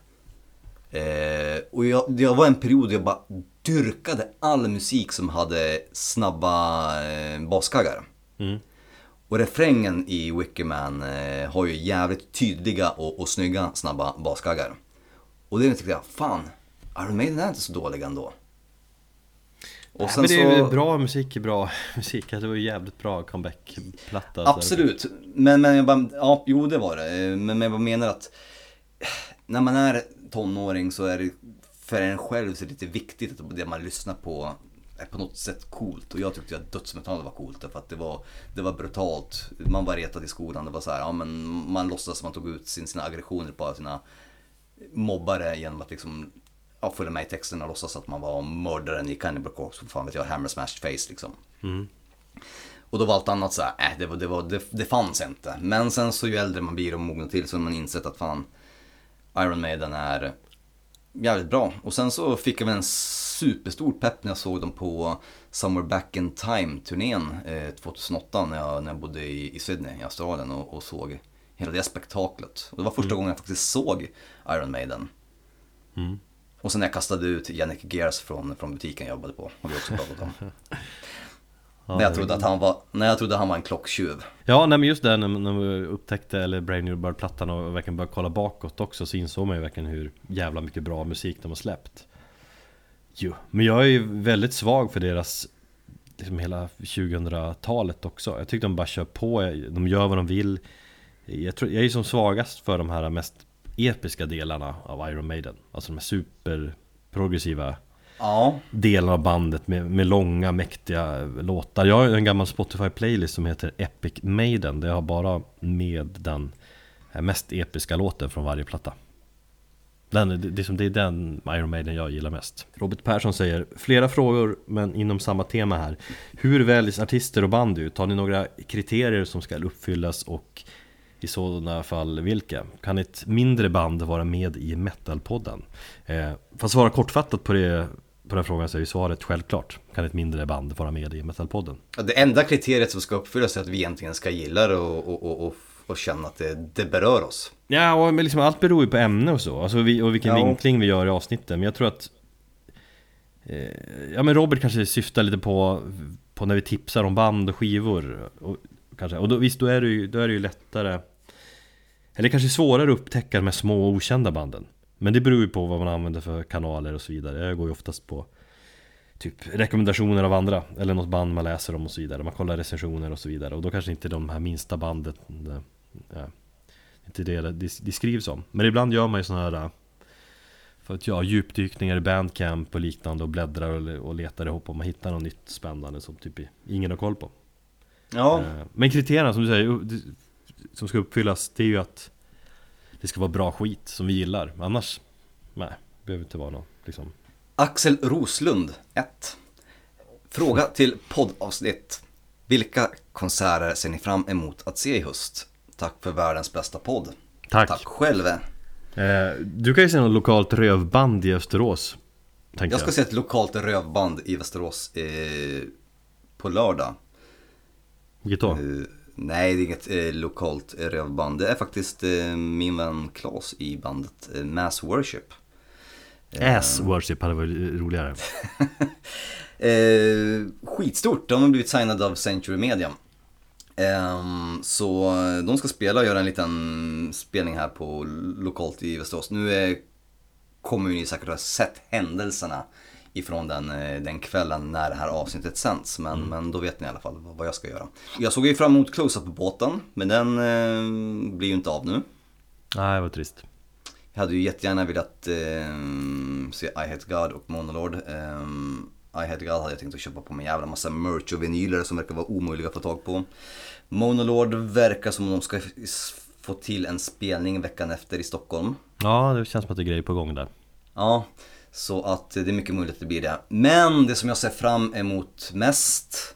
Och jag var en period jag bara dyrkade all musik som hade snabba baskaggar. Och refrängen i Wicker Man har ju jävligt tydliga och snygga snabba baskaggar. Och det tyckte jag, fan, Iron Maiden är inte så dålig ändå. Och sen men det är bra musik, är bra musik. Det var ju jävligt bra comeback-platta. Absolut, men jag bara, ja, jo det var det. Men jag menar att när man är tonåring så är det för en själv så är det lite viktigt att det man lyssnar på är på något sätt coolt. Och jag tyckte att dödsmetall var coolt för att det var brutalt. Man var retad i skolan. Det var så här, ja, men man låtsas att man tog ut sina aggressioner på sina mobbare genom att liksom följa med i texten och låtsas att man var mördaren i Cannibal Corpse, för fan vet jag, Hammer Smashed Face liksom. Och då var allt annat så här, det fanns inte. Men sen så ju äldre man blir och mognar till så har man insett att fan, Iron Maiden är jävligt bra. Och sen så fick jag väl en superstor pepp när jag såg dem på Somewhere Back in Time-turnén 2008 när jag bodde i Sydney i Australien och såg hela det spektaklet. Och det var första gången jag faktiskt såg Iron Maiden. Och sen när jag kastade ut Yannick Gears från butiken jag jobbade på, har vi också pratat om. När jag trodde han var en klocktjuv. Ja, nej, men just det när vi upptäckte eller Brave New World-plattan och verkligen började kolla bakåt också, så insåg man ju verkligen hur jävla mycket bra musik de har släppt. Jo, men jag är ju väldigt svag för deras liksom hela 2000-talet också. Jag tycker de bara kör på, de gör vad de vill. Jag är ju som svagast för de här mest episka delarna av Iron Maiden. Alltså de här superprogressiva delarna av bandet med långa, mäktiga låtar. Jag har en gammal Spotify-playlist som heter Epic Maiden. Det har bara med den mest episka låten från varje platta. Det är den Iron Maiden jag gillar mest. Robert Persson säger, flera frågor men inom samma tema här. Hur väljs artister och band ut? Har ni några kriterier som ska uppfyllas och i sådana fall vilka? Kan ett mindre band vara med i Metalpodden? För att svara kortfattat på den frågan så är ju svaret självklart. Kan ett mindre band vara med i Metalpodden? Det enda kriteriet som ska uppfyllas är att vi egentligen ska gilla det och känna att det berör oss. Ja, men liksom allt beror ju på ämne och så. Alltså och vilken vinkling vi gör i avsnittet. Men jag tror att men Robert kanske syftar lite på när vi tipsar om band och skivor och då, visst, då är det ju lättare, eller kanske svårare att upptäcka de här små okända banden. Men det beror ju på vad man använder för kanaler och så vidare. Jag går ju oftast på typ rekommendationer av andra eller något band man läser om och så vidare. Man kollar recensioner och så vidare. Och då kanske inte de här minsta bandet inte det skrivs om. Men ibland gör man ju sådana här för att djupdykningar i Bandcamp och liknande och bläddrar och letar ihop om man hittar något nytt spännande som typ ingen har koll på. Ja. Men kriterierna som du säger som ska uppfyllas, det är ju att det ska vara bra skit som vi gillar. Annars, nej, behöver inte vara något liksom. Axel Roslund 1. Fråga till poddavsnitt. Vilka konserter ser ni fram emot att se i höst? Tack för världens bästa podd. Tack själv. Du kan ju se något lokalt rövband i Västerås. Jag ska se ett lokalt rövband i Västerås på lördag. Vilket då? Nej, det är inget lokalt rövband. Det är faktiskt min vän Claes i bandet Mass Worship. Ass Worship hade varit roligare. Skitstort, de har blivit signade av Century Media. Så de ska spela och göra en liten spelning här på lokalt i Västerås. Nu kommer ni säkert ha sett händelserna ifrån den kvällen när det här avsnittet sänds. Men då vet ni i alla fall vad jag ska göra. Jag såg ju fram emot Close-Up-båten, men den blir ju inte av nu. Nej, vad trist. Jag hade ju jättegärna velat se I Hate God och Monolord. I Hate God hade jag tänkt att köpa på mig en jävla massa merch och vinyler som verkar vara omöjliga att få tag på. Monolord verkar som om de ska få till en spelning veckan efter i Stockholm. Ja, det känns som att det är grejer på gång där. Ja, så att det är mycket möjligt att det blir det. Men det som jag ser fram emot mest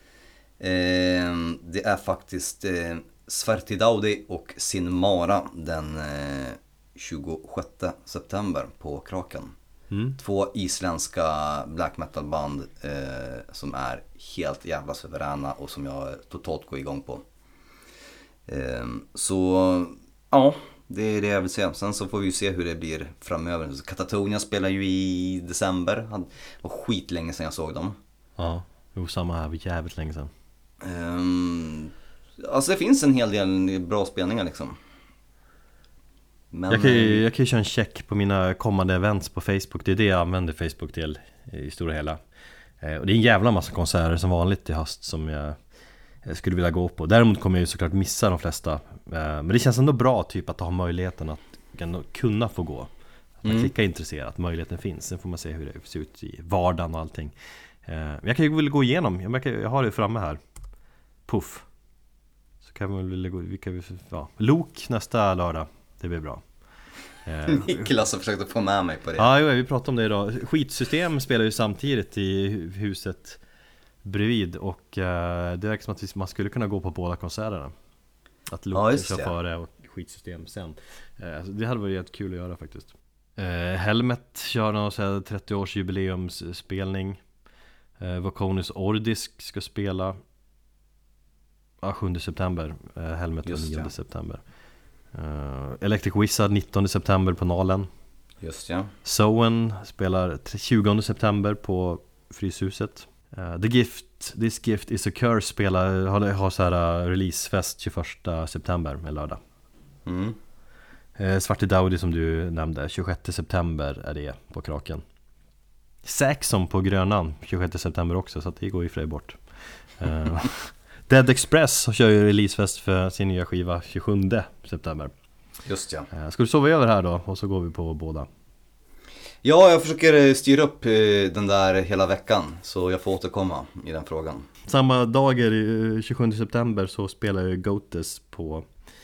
det är faktiskt Svartidaudi och Sin Mara den 26 september på Kraken. 2 isländska black metal band som är helt jävla suveräna och som jag totalt går igång på. Så ja, det är det jag vill säga. Sen så får vi ju se hur det blir framöver. Katatonia spelar ju i december. Det var skitlänge sedan jag såg dem. Ja, samma här, jävligt länge sedan. Alltså det finns en hel del bra spelningar liksom. Men jag kan ju köra en check på mina kommande events på Facebook. Det är det jag använder Facebook till i stora hela. Och det är en jävla massa konserter som vanligt i höst som jag skulle vilja gå på. Däremot kommer jag ju såklart missa de flesta. Men det känns ändå bra typ att ha möjligheten att kunna få gå. Att man klickar intresserat, möjligheten finns. Sen får man se hur det ser ut i vardagen och allting. Jag kan ju vilja gå igenom. Jag har det framme här. Puff. Så kan man väl gå. Lok nästa lördag. Det blir bra. Niklas har försökt att få med mig på det. Ja, vi pratade om det idag. Skitsystem spelar ju samtidigt i huset bredvid. Och det verkar som att man skulle kunna gå på båda konserterna. Att Ja, Luke just kör det. före och skitsystem sen. Så det hade varit jättekul att göra faktiskt. Helmet kör någon så här 30-årsjubileumsspelning. Vokonis Ordisk ska spela 7 september. Helmet var 9 september. Electric Wizard 19 september på Nalen. Just ja. Soen spelar 20 september på Fryshuset. This Gift is a Curse har så här releasefest 21 september, en lördag. Svarte Daudi som du nämnde, 26 september är det på Kraken. Saxon på Grönan 26 september också, så att det går ju frej bort. Dead Express kör ju releasefest för sin nya skiva 27 september. Just ja. Ska du sova över här då? Och så går vi på båda. Ja, jag försöker styra upp den där hela veckan, så jag får återkomma i den frågan. Samma dagar 27 september så spelar ju Goates på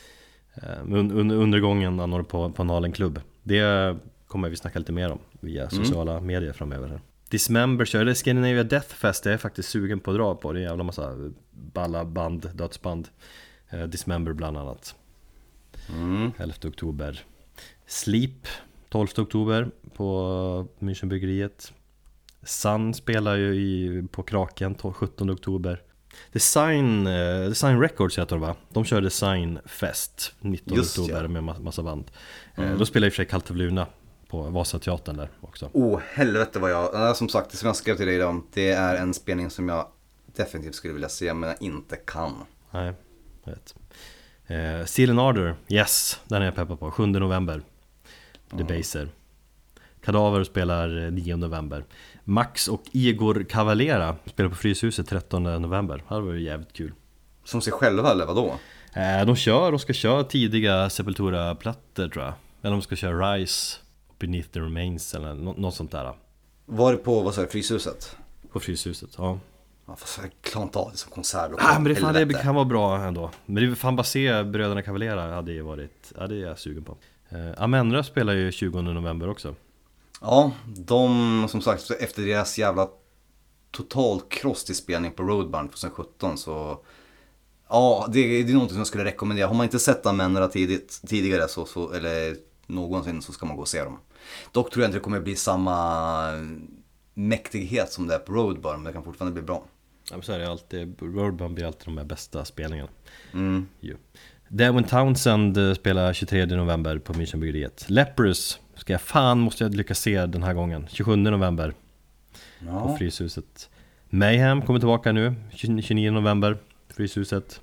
undergången på Nalen Club. Det kommer vi snacka lite mer om via sociala medier framöver här. Dismember kör det Scandinavia Death Fest. Det är faktiskt sugen på att dra på. Det är en jävla massa balla band, dödsband. Dismember bland annat. 11 oktober. Sleep 12 oktober på Münchenbryggeriet. Sun spelar ju på Kraken 17 oktober. Design Records heter det, va? De kör Design Fest 19 oktober med massa band. Då spelar i och för sig Cult of Luna på Vasateatern där också. Helvete vad jag... Som sagt, det som jag skrev till dig idag, det är en spelning som jag definitivt skulle vilja se, men jag inte kan. Nej, jag vet. Steel and Ardor, yes, den är jag peppad på. 7 november. Debaser. Kadaver spelar 9 november. Max och Igor Cavalera spelar på Fryshuset 13 november. Det var ju jävligt kul. Som sig själva eller vadå? De ska köra tidiga Sepultura-plattor tror jag. Eller de ska köra Rise, Beneath the Remains eller något sånt där. Var det på, vad sa jag, Fryshuset? På Fryshuset, ja. Ja, fast jag klarar inte av det som konsert. Men det kan vara bra ändå. Men det är fan bara se bröderna Cavalera hade jag sugen på. Amenra spelar ju 20 november också. Ja, de som sagt efter deras jävla total kross till spelning på Roadburn 2017 så ja, det är något som jag skulle rekommendera. Har man inte sett Amenra tidigare så eller någonsin så ska man gå och se dem. Dock tror jag inte det kommer bli samma mäktighet som det är på Roadburn, men det kan fortfarande bli bra. Ja, men så är det alltid. Roadburn blir alltid de här bästa spelningarna. Damon Townsend spelar 23 november på Münchenbryggeriet. Leprous måste jag lyckas se den här gången 27 november på Fryshuset. Mayhem kommer tillbaka nu 29 november Fryshuset.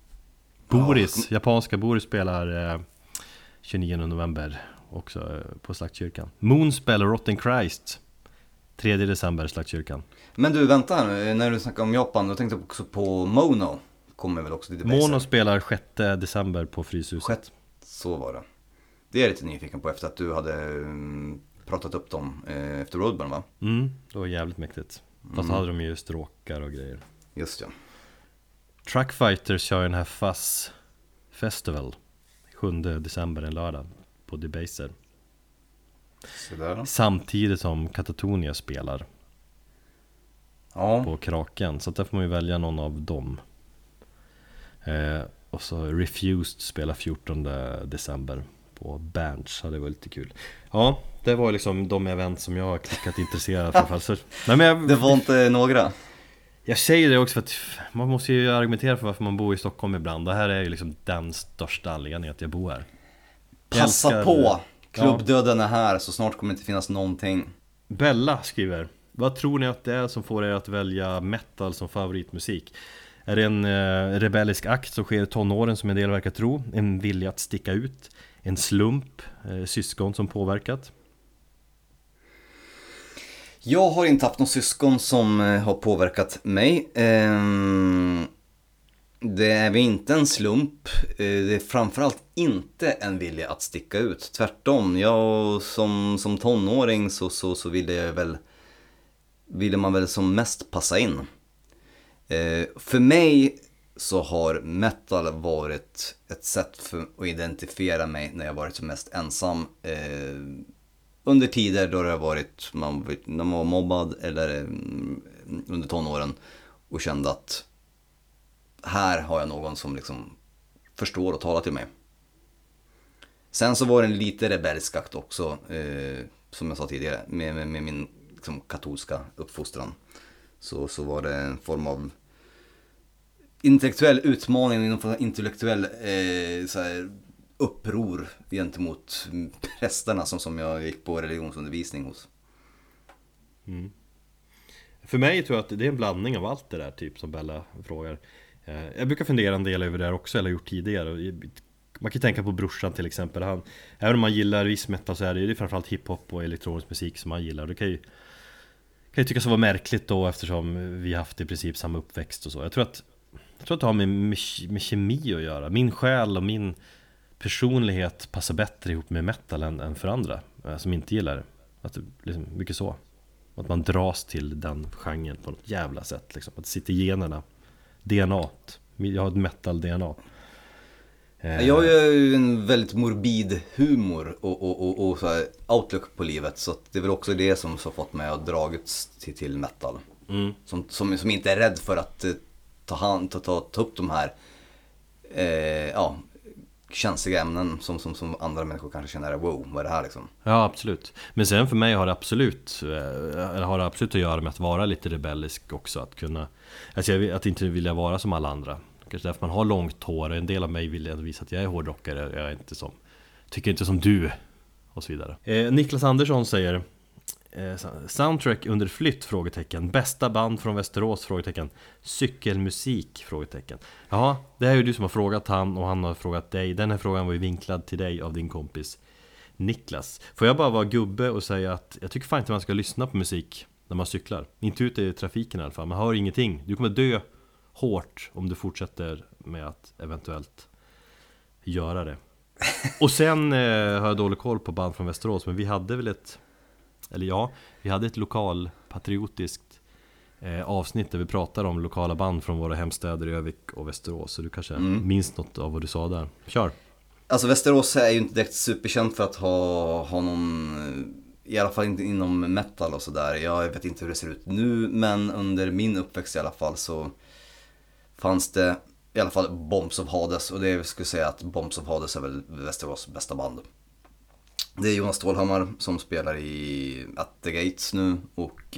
Japanska Boris spelar 29 november också på Slaktkyrkan. Moon spelar Rotten Christ 3 december Slaktkyrkan. Men du, vänta här nu, när du snackar om Japan, då tänkte jag också på Mono. Kommer väl också till Mono spelar 6 december på Fryshuset. Så var det. Det är jag lite nyfiken på efter att du hade pratat upp dem efter Roadburn, va? Det var jävligt mäktigt. Fast hade de ju stråkar och grejer. Just ja. Truckfighters kör den här Fuzz Festival 7 december, en lördag på Debaser. Samtidigt som Katatonia spelar på Kraken. Så där får man ju välja någon av dem. Och så Refused spelar 14 december på Berns. Det var lite kul. Ja, det var liksom de event som jag har klickat intresserad för. Det var inte några. Jag säger det också för att man måste ju argumentera för varför man bor i Stockholm ibland. Det här är ju liksom den största anledningen att jag bor här. Passa på! Klubbdöden är här, så snart kommer det inte finnas någonting. Bella skriver: vad tror ni att det är som får er att välja metal som favoritmusik? Är det en rebellisk akt som sker i tonåren som en del verkar tro? En vilja att sticka ut? En slump? Syskon som påverkat? Jag har inte haft någon syskon som har påverkat mig. Det är väl inte en slump. Det är framförallt inte en vilja att sticka ut. Tvärtom, jag som tonåring så ville man väl som mest passa in. För mig så har metal varit ett sätt för att identifiera mig när jag varit som mest ensam. Under tider då det har varit när man var mobbad eller under tonåren. och kände att här har jag någon som liksom förstår och talar till mig. Sen så var det en lite rebellisk akt också, som jag sa tidigare, med min liksom, katolska uppfostran. Så var det en form av intellektuell utmaning, en intellektuell så här, uppror gentemot prästerna som jag gick på religionsundervisning hos. För mig tror jag att det är en blandning av allt det där, typ som Bella frågar. Jag brukar fundera en del över det här också, eller gjort tidigare. Man kan tänka på brorsan till exempel. Även om man gillar viss metal så är det framförallt hiphop och elektronisk musik som man gillar. Det kan ju tyckas vara märkligt då, eftersom vi haft i princip samma uppväxt och så. Jag tror att det har med kemi att göra. Min själ och min personlighet passar bättre ihop med metal än för andra som inte gillar det. Att det liksom, mycket så. Att man dras till den genren på något jävla sätt liksom. Att det sitter i generna. DNA-t. Jag har ett metal-DNA. Jag har ju en väldigt morbid humor och så här outlook på livet. Så det är väl också det som har fått mig att dragits till metal. Som inte är rädd för att ta upp de här känsliga ämnen som andra människor kanske känner, wow, vad är det här liksom? Ja, absolut. Men sen för mig har det absolut att göra med att vara lite rebellisk också. Att kunna, alltså att inte vilja vara som alla andra. Kanske därför man har långt hår. En del av mig vill visa att jag är hårdrockare. Jag är inte tycker inte som du. Och så vidare. Niklas Andersson säger soundtrack under flytt? Frågetecken. Bästa band från Västerås? Frågetecken. Cykelmusik? Frågetecken. Ja, det är ju du som har frågat han, och han har frågat dig. Den här frågan var ju vinklad till dig av din kompis Niklas. Får jag bara vara gubbe och säga att jag tycker fan inte man ska lyssna på musik när man cyklar. Inte ute i trafiken i alla fall. Man hör ingenting. Du kommer dö hårt om du fortsätter med att eventuellt göra det. Och sen har jag dålig koll på band från Västerås, men vi hade väl vi hade ett lokalpatriotiskt avsnitt där vi pratade om lokala band från våra hemstäder i Övik och Västerås. Så du kanske minns något av vad du sa där. Kör! Alltså Västerås är ju inte direkt superkänt för att ha någon, i alla fall inte inom metal och sådär. Jag vet inte hur det ser ut nu, men under min uppväxt i alla fall så fanns det i alla fall Bombs of Hades, och det jag skulle säga att Bombs of Hades är väl Västerås bästa band. Det är Jonas Stålhammar som spelar i At the Gates nu, och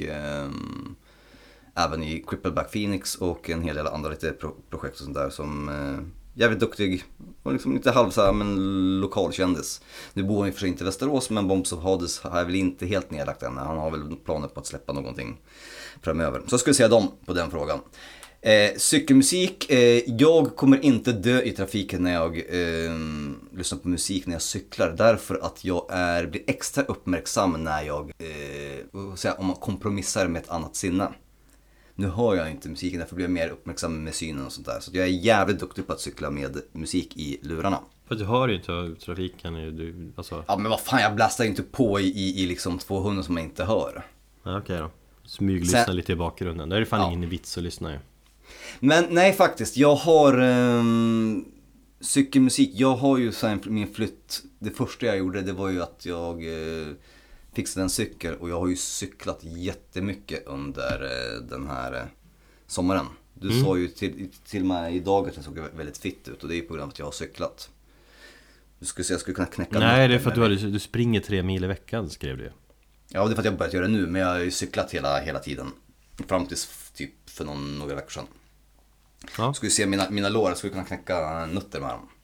även i Crippleback Phoenix och en hel del andra lite projekt och sånt där, som jävligt duktig och liksom lite halvså men lokalkändis. Nu bor han i för sig inte i Västerås, men Bombs of Hades har väl inte helt nedlagt än. Han har väl planer på att släppa någonting framöver. Så jag skulle säga dem på den frågan. Cykelmusik, jag kommer inte dö i trafiken när jag lyssnar på musik när jag cyklar, därför att jag blir extra uppmärksam när jag om man kompromissar med ett annat sinne. Nu hör jag inte musiken, därför blir jag mer uppmärksam med synen och sånt där. Så jag är jävligt duktig på att cykla med musik i lurarna. För du hör ju inte trafiken alltså... Ja men vad fan, jag blastar inte på i liksom 200 som jag inte hör. Ja, okej då. Smyglyssna lite i bakgrunden. Det är ju fan ingen vits att lyssna ju. Men nej faktiskt, jag har cykelmusik, jag har ju sen min flytt, det första jag gjorde det var ju att jag fixade en cykel, och jag har ju cyklat jättemycket under den här sommaren. Du sa ju till mig idag att jag såg väldigt fitt ut, och det är ju på grund av att jag har cyklat. Du skulle säga jag skulle kunna knäcka. Nej, det är för att du springer 3 mil i veckan, skrev du. Ja, det är för att jag börjat göra det nu, men jag har ju cyklat hela tiden. Fram till typ för några veckor sedan. Ja. Skulle se mina lår, jag skulle kunna knäcka nötter med dem.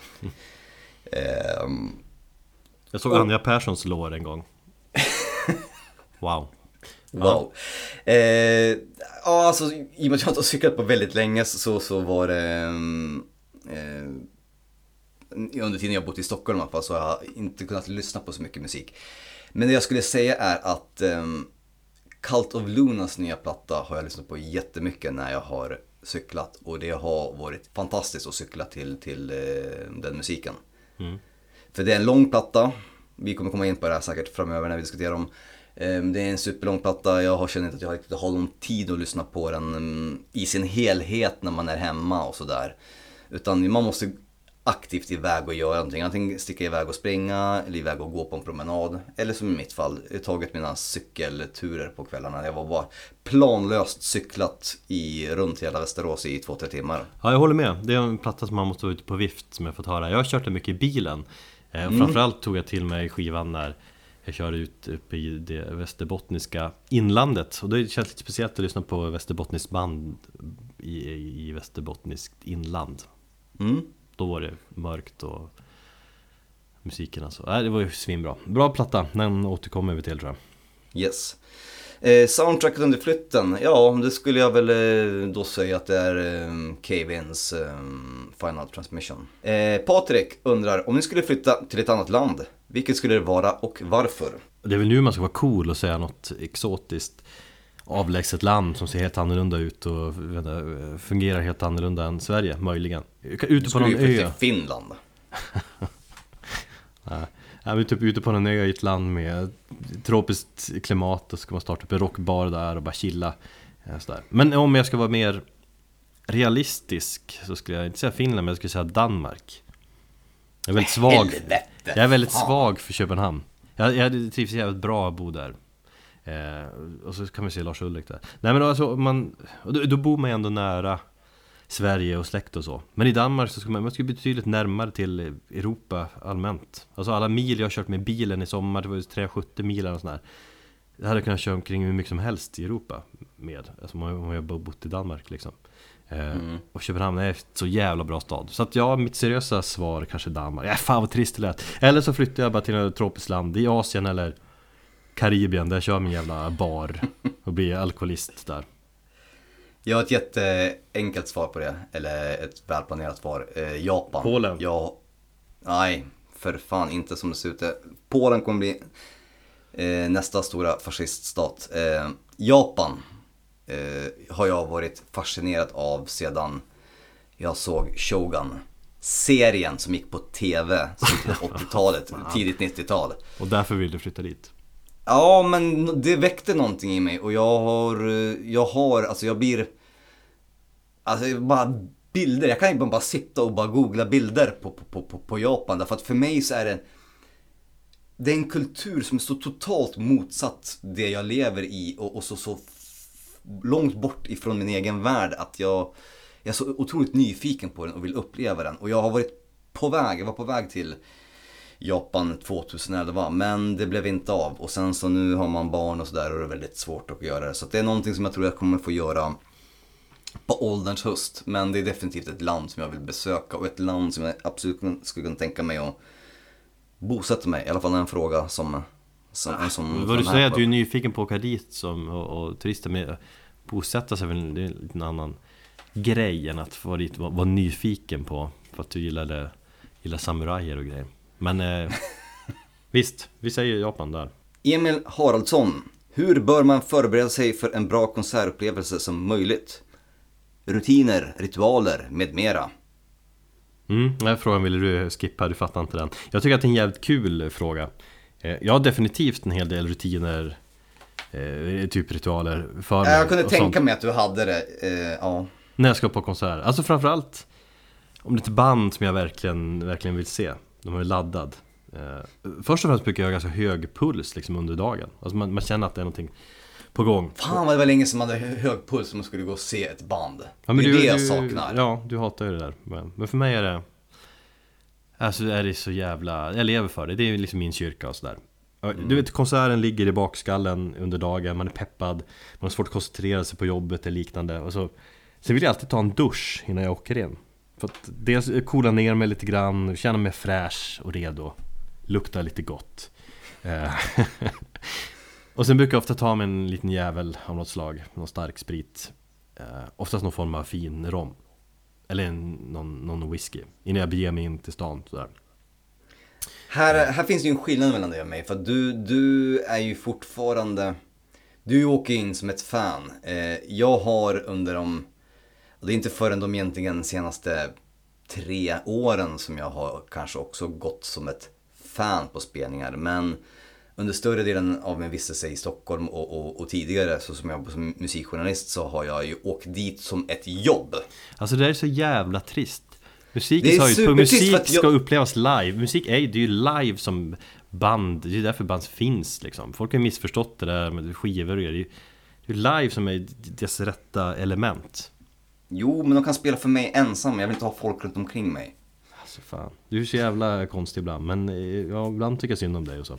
Jag såg Anja Perssons lår en gång. Wow. Ja, alltså i och med att jag inte har cyklat på väldigt länge så var det under tiden jag bott i Stockholm i alla fall, så har jag inte kunnat lyssna på så mycket musik. Men det jag skulle säga är att Cult of Lunas nya platta har jag lyssnat på jättemycket när jag har cyklat, och det har varit fantastiskt att cykla till den musiken. För det är en lång platta, vi kommer komma in på det här säkert framöver när vi diskuterar om. Det är en superlång platta, jag har känt att jag inte har någon tid att lyssna på den i sin helhet när man är hemma och sådär. Utan man måste aktivt iväg och göra någonting. Antingen sticka iväg och springa eller iväg och gå på en promenad. Eller som i mitt fall, tagit mina cykelturer på kvällarna. Jag var bara planlöst cyklat runt hela Västerås i 2-3 timmar. Ja, jag håller med. Det är en platta som man måste vara ute på vift som jag fått höra. Jag har kört det mycket i bilen. Framförallt tog jag till mig skivan när jag kör ut uppe i det västerbottniska inlandet. Och det känns lite speciellt att lyssna på västerbottniskt band i västerbottniskt inland. Då var det mörkt och musiken alltså. Det var ju svinbra. Bra platta, den återkommer vi till tror jag. Yes. Soundtracket under flytten, ja det skulle jag väl då säga att det är Cave-Ins Final Transmission. Patrik undrar, om ni skulle flytta till ett annat land, vilket skulle det vara och varför? Det är väl nu man ska vara cool och säga något exotiskt avlägset land som ser helt annorlunda ut och fungerar helt annorlunda än Sverige, möjligen. Ute på någon ö. Till Finland. Nej, jag är typ ute på någon ö i ett land med tropiskt klimat och ska man starta upp en rockbar där och bara chilla. Sådär. Men om jag ska vara mer realistisk så skulle jag inte säga Finland, men jag skulle säga Danmark. Jag är väldigt svag. Jag är väldigt svag för Köpenhamn. Jag trivs jävligt bra att bo där. Och så kan man se Lars Ulrik där. Nej men alltså då bor man ändå nära Sverige och släkt och så. Men i Danmark så man skulle betydligt närmare till Europa allmänt. Alltså alla mil jag har kört med bilen i sommar, det var ju 370 mil eller sån där. Jag hade kunnat köra omkring hur mycket som helst i Europa med. Alltså om jag bott i Danmark liksom. Och Köpenhamn är ett så jävla bra stad. Så att ja, mitt seriösa svar kanske Danmark. Fan vad trist det lät. Eller så flyttar jag bara till ett tropiskt land i Asien eller Karibien, där jag kör min jävla bar och blir alkoholist där. Jag har ett jätteenkelt svar på det. Eller ett välplanerat svar. Japan. Polen. Ja, nej, för fan inte som det ser ut. Polen kommer bli nästa stora fasciststat. Japan har jag varit fascinerad av sedan jag såg Shogun. Serien som gick på tv slutet 80-talet, tidigt 90-tal. Och därför vill du flytta dit? Ja, men det väckte någonting i mig. Och jag blir bara bilder. Jag kan inte bara sitta och bara googla bilder på Japan. Därför att för mig så är det är en kultur som är så totalt motsatt det jag lever i. Och så långt bort ifrån min egen värld att jag är så otroligt nyfiken på den och vill uppleva den. Och jag har varit jag var på väg till Japan 2011, men det blev inte av. Och sen så nu har man barn och sådär och det är väldigt svårt att göra det. Så det är någonting som jag tror jag kommer få göra på ålderns höst. Men det är definitivt ett land som jag vill besöka och ett land som jag absolut skulle kunna tänka mig att bosätta mig. I alla fall en fråga som vad du säger att du är nyfiken på att åka dit och turister med bosätta sig, det är en annan grej än att få dit vara nyfiken på för att du gillar samurajer och grejer. Men visst, vi säger Japan där. Emil Haraldsson, hur bör man förbereda sig för en bra konsertupplevelse som möjligt? Rutiner, ritualer med mera. Den här frågan ville du skippa, du fattar inte den. Jag tycker att det är en jävligt kul fråga. Jag har definitivt en hel del rutiner, typ ritualer för mig. Jag kunde tänka mig att du hade det, ja. När jag ska på konsert. Alltså framförallt om det är ett band som jag verkligen vill se. De är laddad. Först och främst brukar jag ha ganska hög puls liksom under dagen. Alltså man känner att det är någonting på gång. Fan vad det var länge som man hade hög puls om man skulle gå och se ett band. Ja, men det är det jag saknar. Ja, du hatar ju det där. Men för mig är det... Alltså är det så jävla... Jag lever för det. Det är ju liksom min kyrka och sådär. Du vet, konserten ligger i bakskallen under dagen. Man är peppad. Man har svårt att koncentrera sig på jobbet eller liknande. Och så vill jag alltid ta en dusch innan jag åker in. För att dels coola ner mig lite grann, känna mig fräsch och redo. Lukta lite gott. Och sen brukar jag ofta ta mig en liten jävel av något slag. Någon stark sprit. Oftast någon form av fin rom. Eller någon whisky. Innan jag beger mig in till stan. Sådär. Här finns ju en skillnad mellan dig och mig. För att du är ju fortfarande... Du åker in som ett fan. Jag har under det är inte förrän de egentligen senaste 3 åren som jag har kanske också gått som ett fan på spelningar. Men under större delen av min vistelse i Stockholm och tidigare så som jag som musikjournalist så har jag ju åkt dit som ett jobb. Alltså det är så jävla trist. Musik ska upplevas live. Musik är ju live som band. Det är därför band finns liksom. Folk har missförstått det där med skivor och det är live som är dess rätta element. Jo, men de kan spela för mig ensam. Jag vill inte ha folk runt omkring mig. Alltså fan, du är så jävla konstig ibland. Men ja, ibland tycker jag synd om dig och så.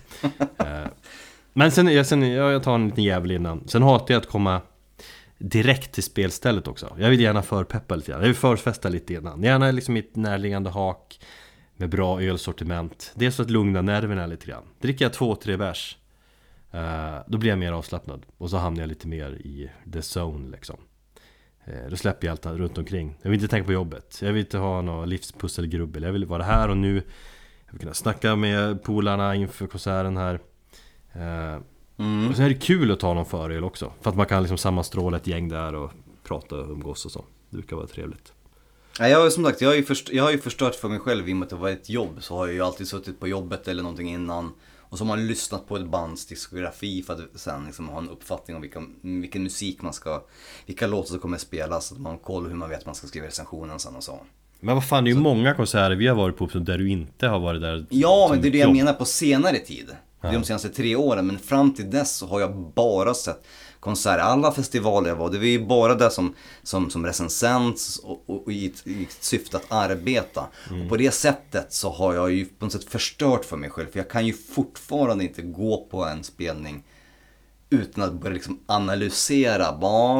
Men sen jag tar en liten jävel innan. Sen hatar jag att komma direkt till spelstället också. Jag vill gärna förpeppa lite grann. Jag vill förfesta lite innan. Gärna liksom i ett närliggande hak med bra ölsortiment. Det är så att lugna nerverna lite grann. Dricker jag 2-3 bärs, då blir jag mer avslappnad. Och så hamnar jag lite mer i the zone liksom. Då släpper jag allt runt omkring. Jag vill inte tänka på jobbet. Jag vill inte ha någon livspusselgrubbel. Jag vill vara här och nu. Jag vill kunna snacka med polarna inför konserten här. Och sen är det kul att ta någon föröl också. För att man kan liksom sammanstråla ett gäng där och prata och umgås och så. Det brukar vara trevligt. Ja, jag har ju förstört för mig själv i och med att det var ett jobb. Så har jag ju alltid suttit på jobbet eller någonting innan. Och så har man lyssnat på ett bands diskografi för att sen liksom ha en uppfattning om vilken musik man ska, vilka låtar som kommer spelas. Så att man har koll hur man vet att man ska skriva recensionen sen och så. Men vad fan, det är ju många konserter vi har varit på där du inte har varit där. Ja, men det är det jag menar på senare tid. Det är de senaste 3 åren. Men fram till dess så har jag bara sett konserter. Alla festivaler jag var, det var ju bara där som recensent och i ett syfte att arbeta. Och på det sättet så har jag ju på något sätt förstört för mig själv. För jag kan ju fortfarande inte gå på en spelning utan att börja liksom analysera.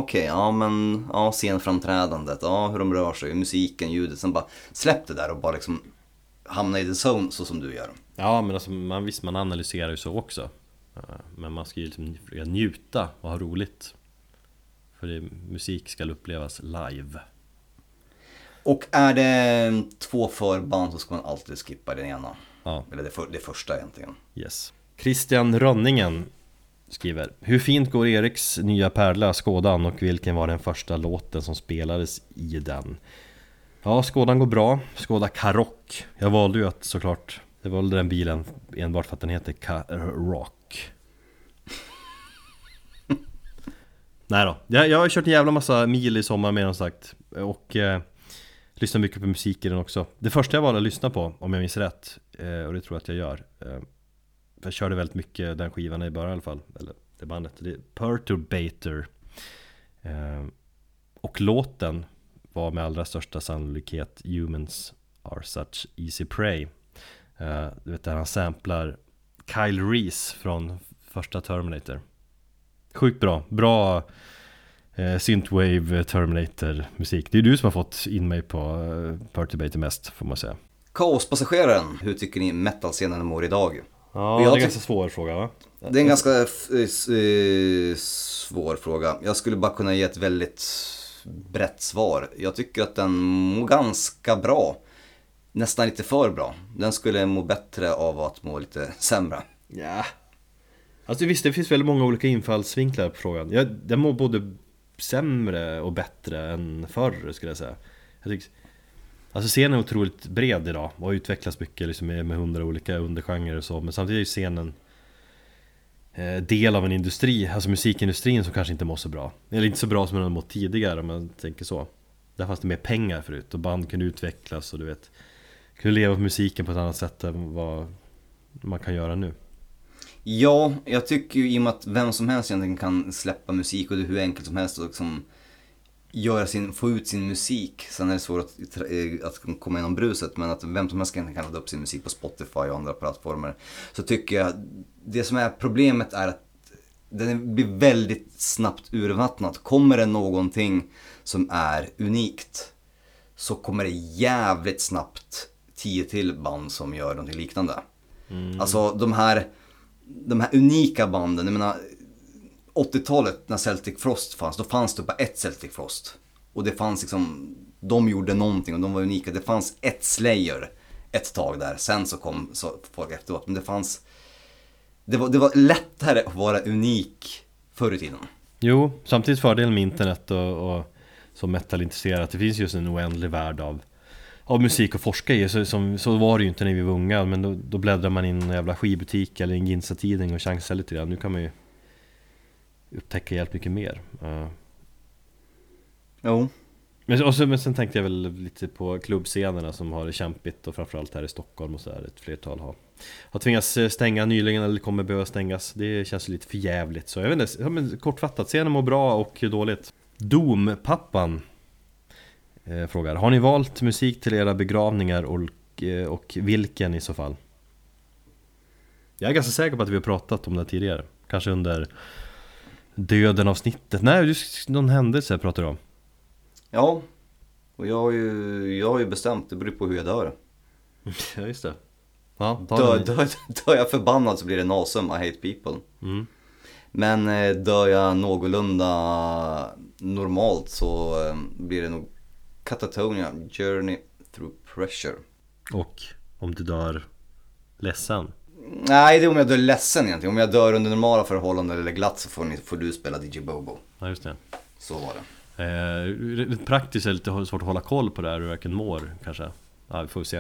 Scenframträdandet, hur de rör sig, musiken, ljudet. Sen bara släpp det där och bara liksom hamna i the zone så som du gör. Ja, men alltså man analyserar ju så också. Men man ska ju liksom njuta och ha roligt. För musik ska upplevas live. Och är det 2 förband så ska man alltid skippa den ena. Ja. Eller det första egentligen. Yes. Christian Rönningen skriver: hur fint går Eriks nya pärla Skådan och vilken var den första låten som spelades i den? Ja, Skådan går bra. Skåda Karoq. Jag valde ju att såklart, jag valde den bilen enbart för att den heter Karoq. Nej då, jag har kört en jävla massa mil i sommar med den sagt. Och lyssnar mycket på musik i den också. Det första jag valde att lyssna på, om jag minns rätt, och det tror jag att jag gör, för jag körde väldigt mycket den skivan i början i alla fall. Eller det bandet, det är Perturbator. Och låten var med allra största sannolikhet Humans Are Such Easy Prey. Du vet där han samplar Kyle Reese från första Terminator. Sjukt bra synthwave Terminator musik. Det är du som har fått in mig på Perturbator mest, får man säga. Kaospassageraren, hur tycker ni metal-scenen mår idag? Ja, det är en ganska svår fråga, va? Det är en ganska svår fråga. Jag skulle bara kunna ge ett väldigt brett svar. Jag tycker att den mår ganska bra. Nästan lite för bra. Den skulle må bättre av att må lite sämre. Ja. Alltså visst, det finns väldigt många olika infallsvinklar på frågan. Den mår både sämre och bättre än förr, skulle jag säga. Jag tycker, alltså scenen är otroligt bred idag och utvecklas mycket liksom med 100 olika undergenrer och så. Men samtidigt är scenen del av en industri, alltså musikindustrin, som kanske inte mår så bra. Eller inte så bra som den mått tidigare, om man tänker så. Där fanns det mer pengar förut och band kunde utvecklas och du vet, kunde leva på musiken på ett annat sätt än vad man kan göra nu. Ja, jag tycker ju i och med att vem som helst egentligen kan släppa musik och det är hur enkelt som helst att liksom få ut sin musik. Sen är det svårt att komma igenom bruset, men att vem som helst kan ladda upp sin musik på Spotify och andra plattformar. Så tycker jag, det som är problemet är att den blir väldigt snabbt urvattnat. Kommer det någonting som är unikt så kommer det jävligt snabbt 10 till band som gör någonting liknande. Alltså de här unika banden, jag menar 80-talet när Celtic Frost fanns, då fanns det bara ett Celtic Frost. Och det fanns liksom, de gjorde någonting och de var unika. Det fanns ett Slayer ett tag där, sen så kom folk efteråt. Men det var lättare att vara unik förr i tiden. Jo, samtidigt fördelen med internet och som metalintresserad, det finns just en oändlig värld av musik att forska i. Så var det ju inte när vi var unga, men då bläddrar man in i en jävla skivbutik eller en Ginsa-tidning och chansar lite grann. Nu kan man ju upptäcka helt mycket mer. Jo. Men sen tänkte jag väl lite på klubbscenerna som har det kämpigt, och framförallt här i Stockholm och så där, ett flertal har tvingats stänga nyligen eller kommer behöva stängas. Det känns lite för jävligt. Så jag vet inte, men kortfattat, scenen mår bra och dåligt. Dompappan frågar: har ni valt musik till era begravningar och vilken i så fall? Jag är ganska säker på att vi har pratat om det tidigare. Kanske under döden avsnittet. Nej, just någon händelse pratar du om. Ja, och jag har ju bestämt, det beror på hur jag dör. Ja, just det. Ja, dör jag förbannad så blir det Nasum, I Hate People. Men dör jag någorlunda normalt så blir det nog Katatonia, Journey Through Pressure. Och om du dör ledsen? Nej, det är om jag dör ledsen egentligen. Om jag dör under normala förhållanden eller glatt så får du spela DJ Bobo. Ja, just det. Så var det. Praktiskt är det lite svårt att hålla koll på det här, hur du verkligen mår kanske. Ja, vi får se.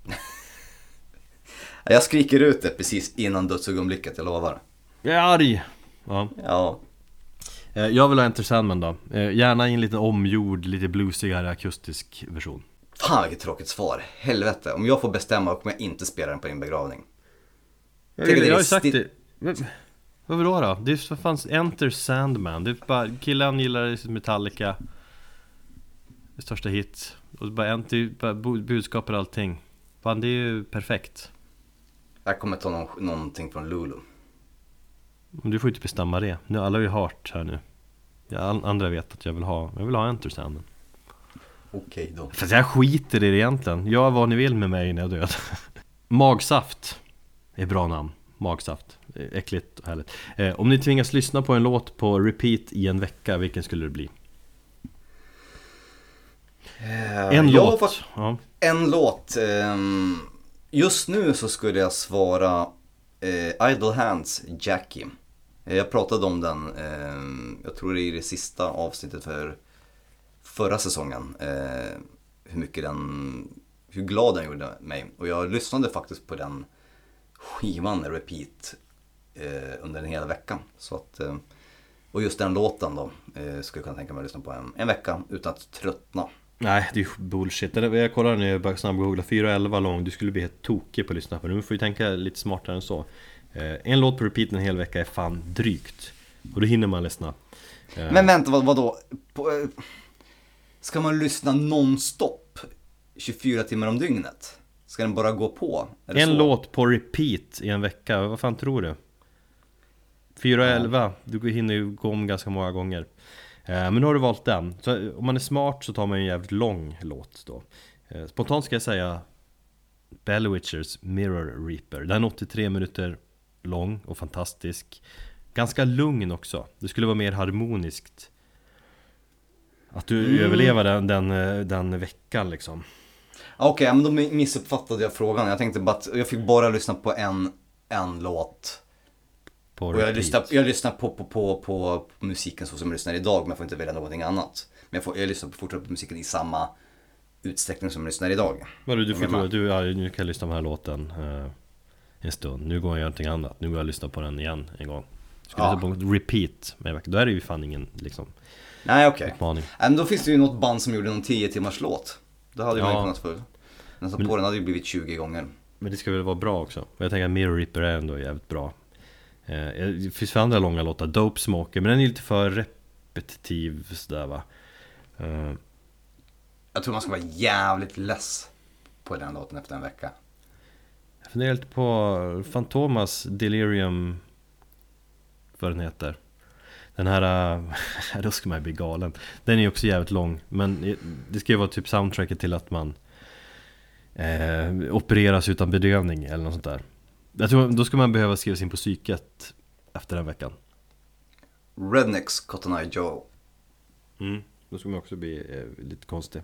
Jag skriker ut det precis innan dödsögonblicket, jag lovar. Jag är arg! Ja. Jag vill ha Enter Sandman då. Gärna i en lite omgjord, lite bluesigare akustisk version. Fan vilket tråkigt svar. Helvete, om jag får bestämma kommer jag inte spela den på din begravning. Jag har ju sagt det. Vad vill då? Det fanns Enter Sandman. Det är bara, killen gillar Metallica, det största hit. Och bara budskap och allting. Fan, det är ju perfekt. Jag kommer ta någonting från Lulu. Du får ju inte bestämma det. Nu alla har ju hört här nu. Andra vet att jag vill ha Enter Sandman. Okej då. Fast jag skiter i det egentligen. Gör vad ni vill med mig när jag död. Magsaft är bra namn. Magsaft. Äckligt och härligt. Om ni tvingas lyssna på en låt på repeat i en vecka, vilken skulle det bli? En låt. Ja. En låt. Just nu så skulle jag svara Idle Hands, Jackie. Jag pratade om den, jag tror det är i det sista avsnittet för förra säsongen. Hur glad den gjorde mig. Och jag lyssnade faktiskt på den skivan repeat under en hel vecka. Så att, och just den låten då skulle jag kunna tänka mig att lyssna på en vecka utan att tröttna. Nej, det är bullshit. Jag kollar nu, jag bara snabbt googla 4:11 lång. Du skulle bli helt tokig på att lyssna på den. Nu får vi tänka lite smartare än så. En låt på repeat en hel vecka är fan drygt. Och då hinner man lyssna. Men vänta, vadå? Ska man lyssna nonstop 24 timmar om dygnet? Ska den bara gå på? En låt på repeat i en vecka, vad fan tror du? 4:11, du hinner ju gå om ganska många gånger. Men nu har du valt den. Så om man är smart så tar man en jävligt lång låt då. Spontant ska jag säga Bellwitchers Mirror Reaper. Den är 83 minuter lång och fantastisk. Ganska lugn också. Det skulle vara mer harmoniskt att du överlever den veckan liksom. Okej, men då missuppfattade jag frågan. Jag tänkte bara att jag fick bara lyssna på en låt. Och jag lyssnar på musiken så som jag lyssnar idag, men jag får inte välja någonting annat. Men jag lyssnar fortfarande på musiken i samma utsträckning som jag lyssnar idag. Du nu kan jag lyssna på den här låten en stund. Nu går jag och gör någonting annat. Nu går jag och lyssnar på den igen en gång. Skulle lyssna på repeat. Då är det ju fan ingen liksom. Nej, okej. Men då finns det ju något band som gjorde någon 10 timmars låt. Då hade man ju kunnat få. Nästan på den hade ju blivit 20 gånger. Men det ska väl vara bra också. Jag tänker att Mirror Reaper är ändå jävligt bra. Det finns för andra långa låtar. Dope Smoker, men den är lite för repetitiv sådär va. Jag tror man ska vara jävligt less på den låten efter en vecka. Jag funderar lite på Fantomas Delirium, vad den heter. Den här, då ska man bli galen. Den är ju också jävligt lång. Men det ska ju vara typ soundtracket till att man opereras utan bedövning eller något sånt där. Jag tror då ska man behöva skriva in på psyket efter den veckan. Rednecks, Cotton Eye Joe. Då ska man också bli lite konstig.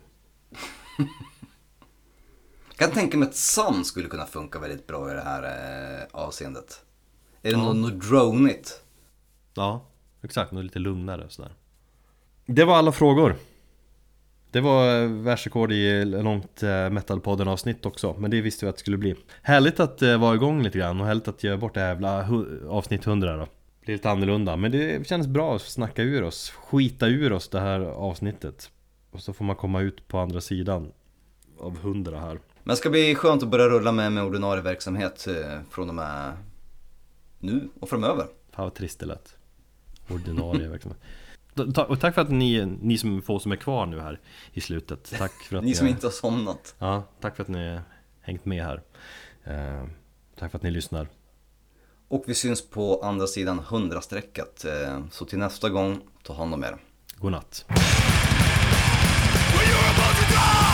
Jag kan tänka mig att Sun skulle kunna funka väldigt bra i det här avseendet. Är det något dronigt? Ja, exakt. Något lite lugnare och sådär. Det var alla frågor. Det var världsrekord i långt metalpodden avsnitt också. Men det visste vi att det skulle bli. Härligt att vara igång lite grann. Och härligt att göra bort det här jävla avsnitt 100 då. Det blir lite annorlunda. Men det känns bra att snacka ur oss. Skita ur oss det här avsnittet. Och så får man komma ut på andra sidan av 100 här. Men det ska bli skönt att börja rulla med ordinarie verksamhet från och med nu och framöver. Fan vad trist det lät. Ordinarie verksamhet. Och tack för att ni som får som är kvar nu här i slutet. Tack för att ni som inte har somnat. Ja, tack för att ni har hängt med här. Tack för att ni lyssnar. Och vi syns på andra sidan 100-strecket. Så till nästa gång, ta hand om er. God natt. When you're about to die